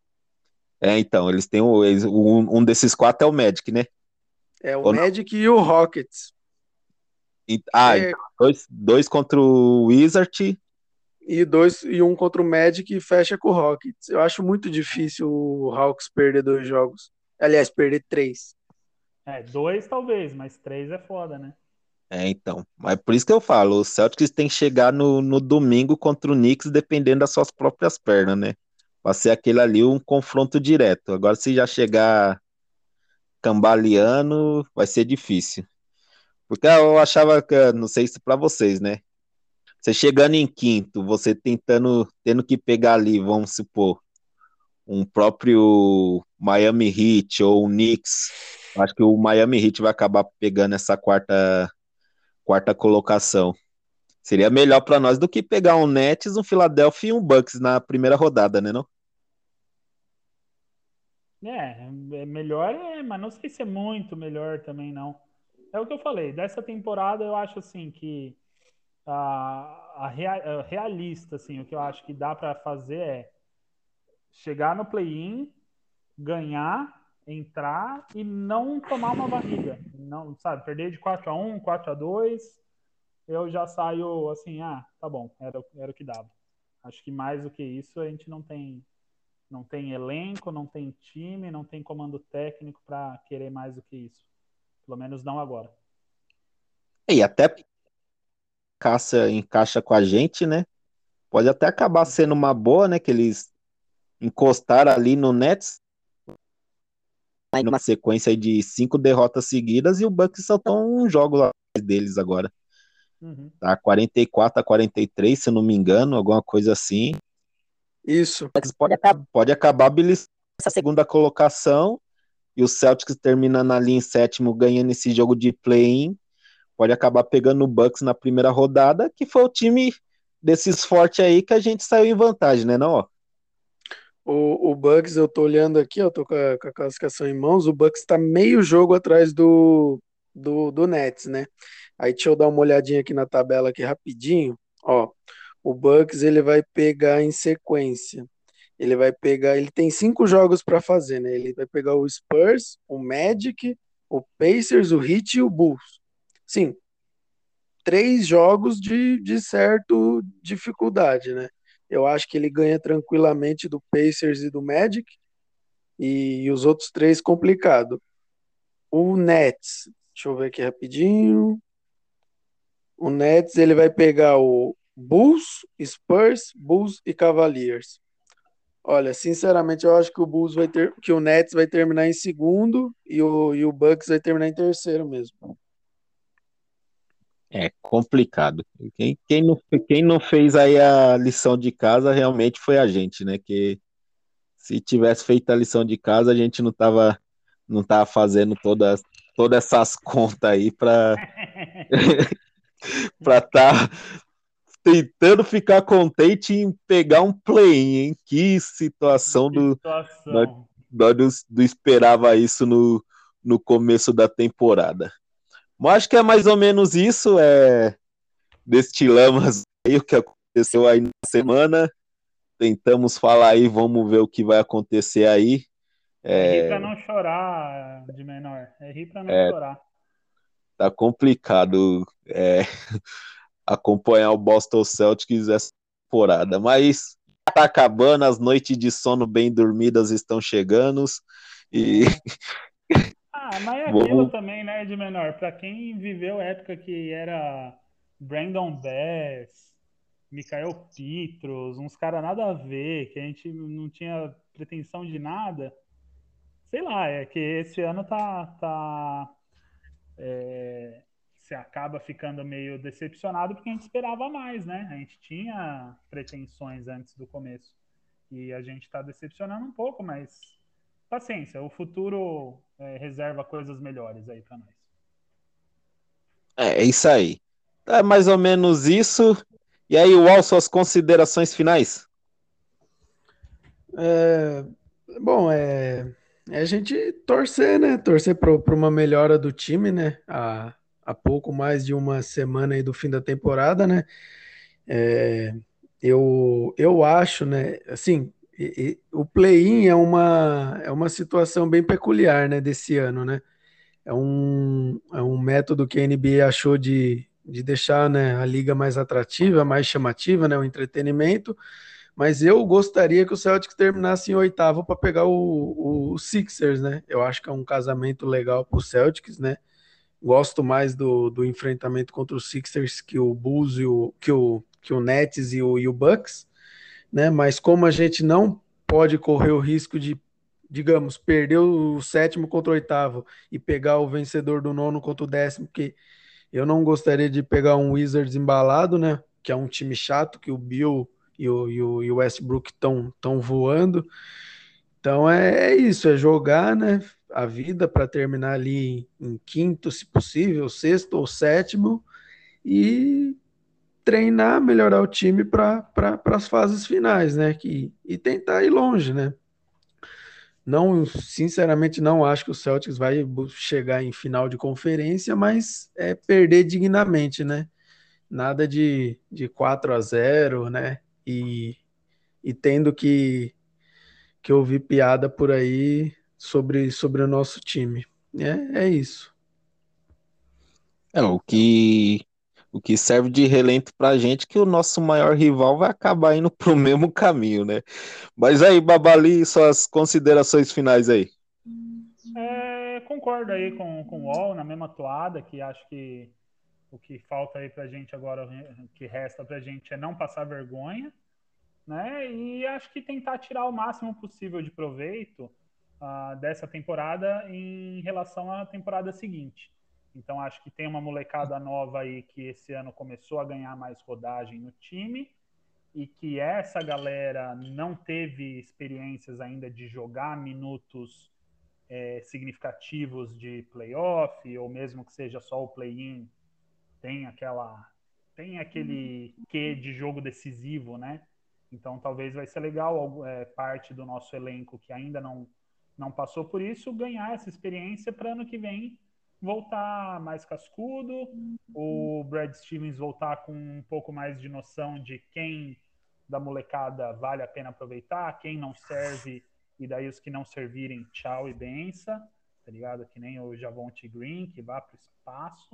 é, então, eles têm o, eles- um, um desses quatro é o Magic, né? É o Ou não? Magic e o Rockets. E- Ah, É, então, dois, dois contra o Wizard. e dois e um contra o Magic e fecha com o Rockets. Eu acho muito difícil o Hawks perder dois jogos. Aliás, perder três. É, dois talvez, mas três é foda, né? É, então. Mas por isso que eu falo, o Celtics tem que chegar no, no domingo contra o Knicks dependendo das suas próprias pernas, né? Vai ser aquele ali um confronto direto. Agora, se já chegar cambaleando, vai ser difícil. Porque eu achava que, não sei se para vocês, né? Você chegando em quinto, você tentando, tendo que pegar ali, vamos supor, um próprio Miami Heat ou o Knicks. Acho que o Miami Heat vai acabar pegando essa quarta, quarta colocação. Seria melhor para nós do que pegar um Nets, um Philadelphia e um Bucks na primeira rodada, né, não? É, é melhor, é, mas não sei se é muito melhor também, não. É o que eu falei, dessa temporada eu acho assim que a, a, rea- a realista, assim, o que eu acho que dá para fazer é chegar no play-in, ganhar, entrar e não tomar uma varrida. Não, sabe, perder de quatro a um, quatro a dois, eu já saio assim, ah, tá bom, era, era o que dava. Acho que mais do que isso a gente não tem não tem elenco, não tem time, não tem comando técnico para querer mais do que isso. Pelo menos não agora. E até caça, encaixa com a gente, né? Pode até acabar sendo uma boa, né? Que eles encostaram ali no Nets, numa sequência aí de cinco derrotas seguidas, e o Bucks só estão um jogo lá deles agora. Uhum. Tá quarenta e quatro a quarenta e três, se eu não me engano, alguma coisa assim. Isso. O Bucks pode, acabar, pode acabar beliscando essa segunda colocação, e o Celtics terminando ali em sétimo, ganhando esse jogo de play-in, pode acabar pegando o Bucks na primeira rodada, que foi o time desses fortes aí que a gente saiu em vantagem, né, não? Ó? O, o Bucks, eu tô olhando aqui, ó, tô com a, com a classificação em mãos, o Bucks tá meio jogo atrás do, do, do Nets, né? Aí deixa eu dar uma olhadinha aqui na tabela aqui rapidinho, ó. O Bucks, ele vai pegar em sequência. Ele vai pegar, ele tem cinco jogos para fazer, né? Ele vai pegar o Spurs, o Magic, o Pacers, o Heat e o Bulls. Sim, três jogos de, de certo dificuldade, né? Eu acho que ele ganha tranquilamente do Pacers e do Magic, e, e os outros três complicado. O Nets, deixa eu ver aqui rapidinho. O Nets ele vai pegar o Bulls, Spurs, Bulls e Cavaliers. Olha, sinceramente, eu acho que o Bulls vai ter, que o Nets vai terminar em segundo e o, e o Bucks vai terminar em terceiro mesmo. É complicado. Quem, quem, não, quem não fez aí a lição de casa realmente foi a gente, né? Que se tivesse feito a lição de casa, a gente não tava, não tava fazendo todas, todas essas contas aí para para estar tentando ficar contente em pegar um play-in, hein? Que situação Que do nós, situação. nós não esperava isso no, no começo da temporada. Mas acho que é mais ou menos isso, é destilamos aí o que aconteceu aí na semana, tentamos falar aí, vamos ver o que vai acontecer aí. É rir pra É, não chorar de menor. É rir pra não é, chorar. tá complicado é, acompanhar o Boston Celtics essa temporada, mas tá acabando, as noites de sono bem dormidas estão chegando e É. Ah, mas é aquilo vamos. também, né, de menor. Pra quem viveu a época que era Brandon Bass, Michael Petros, uns caras nada a ver, que a gente não tinha pretensão de nada. Sei lá, é que esse ano tá, tá é, se acaba ficando meio decepcionado porque a gente esperava mais, né? A gente tinha pretensões antes do começo e a gente está decepcionando um pouco, mas paciência, o futuro é, reserva coisas melhores aí para nós. É, é isso aí. É mais ou menos isso. E aí, Wal, suas considerações finais? É, bom, é, é a gente torcer, né? Torcer para uma melhora do time, né? Há, há pouco mais de uma semana aí do fim da temporada, né? É, eu, eu acho, né? Assim, e- e o play-in é uma, é uma situação bem peculiar, né? Desse ano, né? É um, é um método que a N B A achou de, de deixar, né, a liga mais atrativa, mais chamativa, né? O entretenimento. Mas eu gostaria que o Celtics terminasse em oitavo para pegar o, o, o Sixers, né? Eu acho que é um casamento legal para o Celtics, né? Gosto mais do, do enfrentamento contra os Sixers que o Bulls e o que o, que o Nets e o, e o Bucks, né? Mas como a gente não pode correr o risco de digamos, perder o sétimo contra o oitavo e pegar o vencedor do nono contra o décimo, porque eu não gostaria de pegar um Wizards embalado, né? Que é um time chato, que o Bill e o, e o, e o Westbrook estão tão voando. Então é, é isso, é jogar, né? A vida para terminar ali em, em quinto, se possível, sexto ou sétimo, e treinar, melhorar o time para pra, as fases finais, né? Que, e tentar ir longe, né? Não, sinceramente, não acho que o Celtics vai bu- chegar em final de conferência, mas é perder dignamente, né? Nada de, de quatro a zero, né? E, e tendo que, que ouvir piada por aí sobre, sobre o nosso time. É, é isso. É, o que, o que serve de relento pra gente é que o nosso maior rival vai acabar indo pro mesmo caminho, né? Mas aí, Babali, suas considerações finais aí. É, concordo aí com, com o Wall, na mesma toada, que acho que o que falta aí pra gente agora, o que resta pra gente é não passar vergonha, né? E acho que tentar tirar o máximo possível de proveito uh, dessa temporada em relação à temporada seguinte. Então acho que tem uma molecada nova aí que esse ano começou a ganhar mais rodagem no time e que essa galera não teve experiências ainda de jogar minutos é, significativos de playoff ou mesmo que seja só o play-in, tem aquela tem aquele quê de jogo decisivo, né? Então talvez vai ser legal é, parte do nosso elenco que ainda não não passou por isso ganhar essa experiência para ano que vem voltar mais cascudo, o Brad Stevens voltar com um pouco mais de noção de quem da molecada vale a pena aproveitar, quem não serve e daí os que não servirem, tchau e benção, tá ligado? Que nem o Javonte Green que vá para o espaço.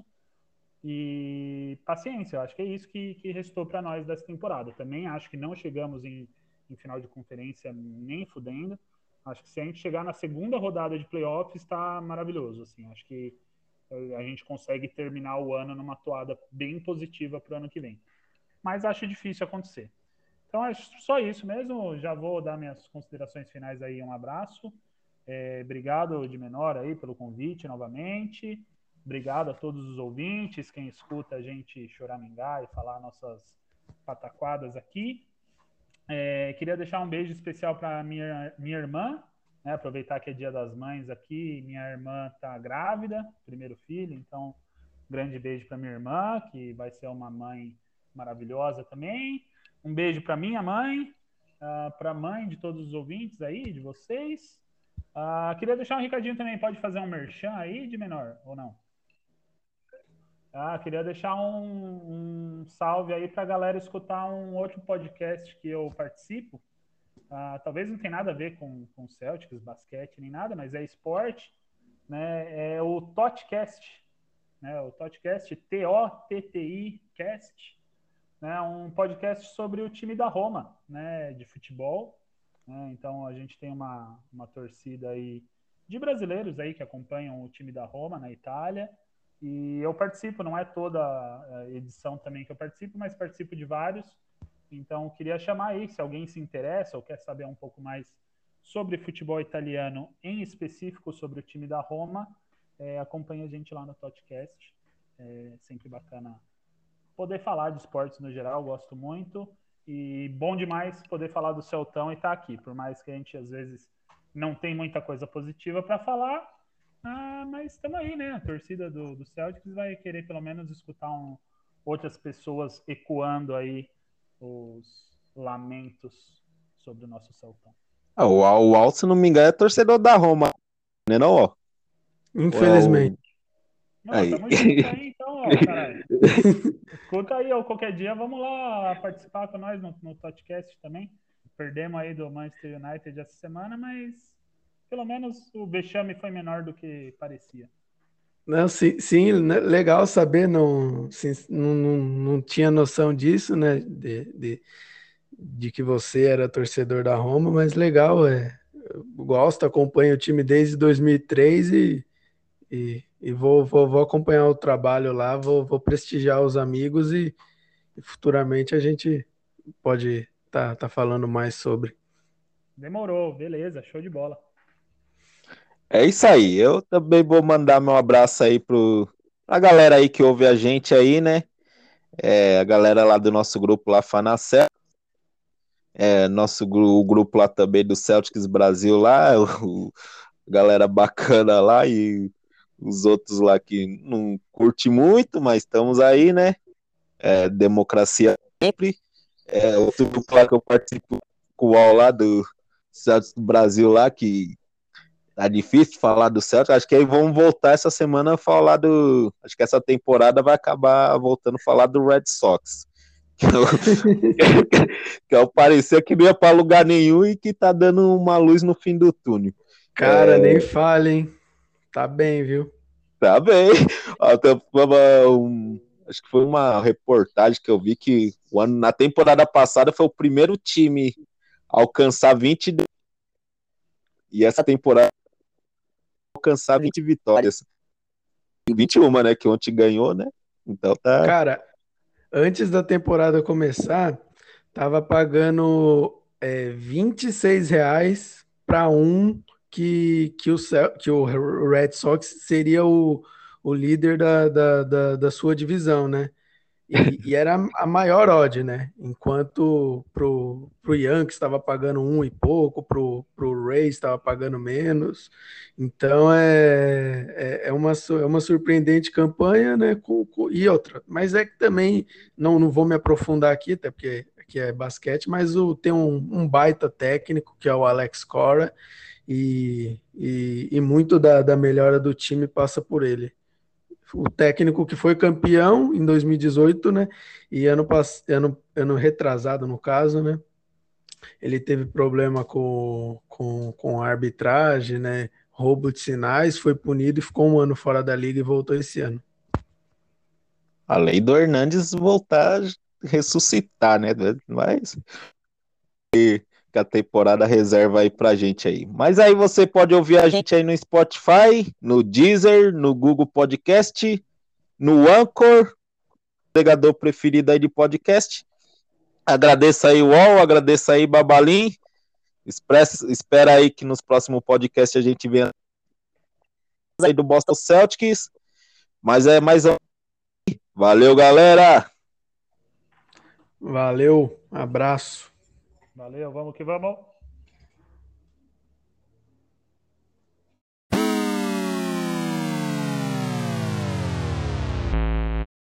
E paciência, eu acho que é isso que, que restou para nós dessa temporada. Também acho que não chegamos em, em final de conferência nem fudendo. Acho que se a gente chegar na segunda rodada de playoffs, está maravilhoso. Assim, acho que a gente consegue terminar o ano numa toada bem positiva para o ano que vem. Mas acho difícil acontecer. Então, acho só isso mesmo. Já vou dar minhas considerações finais aí. Um abraço. É, obrigado de menor aí pelo convite novamente. Obrigado a todos os ouvintes, quem escuta a gente choramingar e falar nossas pataquadas aqui. É, queria deixar um beijo especial para minha, minha irmã, né? Aproveitar que é Dia das Mães aqui. Minha irmã está grávida, primeiro filho, então grande beijo para minha irmã, que vai ser uma mãe maravilhosa também. Um beijo para minha mãe, uh, para a mãe de todos os ouvintes aí, de vocês. Uh, queria deixar um recadinho também. Pode fazer um merchan aí de menor ou não? Ah, queria deixar um, um salve aí para a galera escutar um outro podcast que eu participo. Ah, talvez não tenha nada a ver com, com Celtics, basquete, nem nada, mas é esporte. Né? É o Totcast, né? O Totcast, T O T T I Cast, né? Um podcast sobre o time da Roma, né? De futebol. Né? Então a gente tem uma, uma torcida aí de brasileiros aí que acompanham o time da Roma na Itália. E eu participo, não é toda a edição também que eu participo, mas participo de vários. Então, queria chamar aí, se alguém se interessa ou quer saber um pouco mais sobre futebol italiano, em específico sobre o time da Roma, é, acompanhe a gente lá no Totcast. É sempre bacana poder falar de esportes no geral, gosto muito. E bom demais poder falar do Celtão e estar aqui, por mais que a gente às vezes não tem muita coisa positiva para falar, ah, mas estamos aí, né? A torcida do, do Celtics vai querer pelo menos escutar um, outras pessoas ecoando aí os lamentos sobre o nosso Celtão. Ah, o Al, o Al, se não me engano, é torcedor da Roma, né, não, ó? Ou é Infelizmente. o... Não, Aí. tamo junto aí então, ó, caralho. Escuta aí, ó, qualquer dia vamos lá participar com nós no, no podcast também. Perdemos aí do Manchester United essa semana, mas pelo menos o vexame foi menor do que parecia. Não, sim, sim, né, legal saber, não, sim, não, não, não tinha noção disso, né, de, de, de que você era torcedor da Roma, mas legal, é, eu gosto, acompanho o time desde dois mil e três e, e, e vou, vou, vou acompanhar o trabalho lá, vou, vou prestigiar os amigos e, e futuramente a gente pode estar tá, tá falando mais sobre. Demorou, beleza, show de bola. É isso aí. Eu também vou mandar meu abraço aí pro, pra galera aí que ouve a gente aí, né? É, a galera lá do nosso grupo lá, Fanacel, é, nosso gru- o grupo lá também do Celtics Brasil lá, o, galera bacana lá e os outros lá que não curte muito, mas estamos aí, né? É, democracia sempre. É, outro grupo lá que eu participo com o U O L lá do Celtics do Brasil lá, que tá difícil falar do Celtics. Acho que aí vamos voltar essa semana a falar do. Acho que essa temporada vai acabar voltando a falar do Red Sox. Que eu, que eu parecia que não ia para lugar nenhum e que tá dando uma luz no fim do túnel. Cara, nem fale, hein? Tá bem, viu? Tá bem. Até um, acho que foi uma reportagem que eu vi que o ano, na temporada passada foi o primeiro time a alcançar vinte e essa temporada alcançar vinte vitórias. vinte e um, né? Que ontem ganhou, né? Então tá. Cara, antes da temporada começar, tava pagando é, vinte e seis reais para um que, que, o, Cel- que o Red Sox seria o, o líder da, da, da, da sua divisão, né? E, e era a maior odd, né? Enquanto pro, pro Yankees estava pagando um e pouco, pro, pro Rays estava pagando menos. Então é, é, é uma, su- é uma surpreendente campanha, né? Com, com- e outra, mas é que também não, não vou me aprofundar aqui, até porque aqui é basquete, mas o, tem um, um baita técnico que é o Alex Cora, e, e, e muito da, da melhora do time passa por ele. O técnico que foi campeão em dois mil e dezoito, né? E ano, pass... ano, ano retrasado, no caso, né? Ele teve problema com, com, com a arbitragem, né? Roubo de sinais, foi punido e ficou um ano fora da liga e voltou esse ano. A lei do Hernandes voltar a ressuscitar, né? Mas que a temporada reserva aí pra gente aí. Mas aí você pode ouvir a gente aí no Spotify, no Deezer, no Google Podcast, no Anchor, agregador preferido aí de podcast. Agradeço aí o U O L, agradeço aí Babalim. Express, espera aí que nos próximos podcasts a gente venha aí do Boston Celtics. Mas é mais. Valeu, galera! Valeu, abraço. Valeu, vamos que vamos.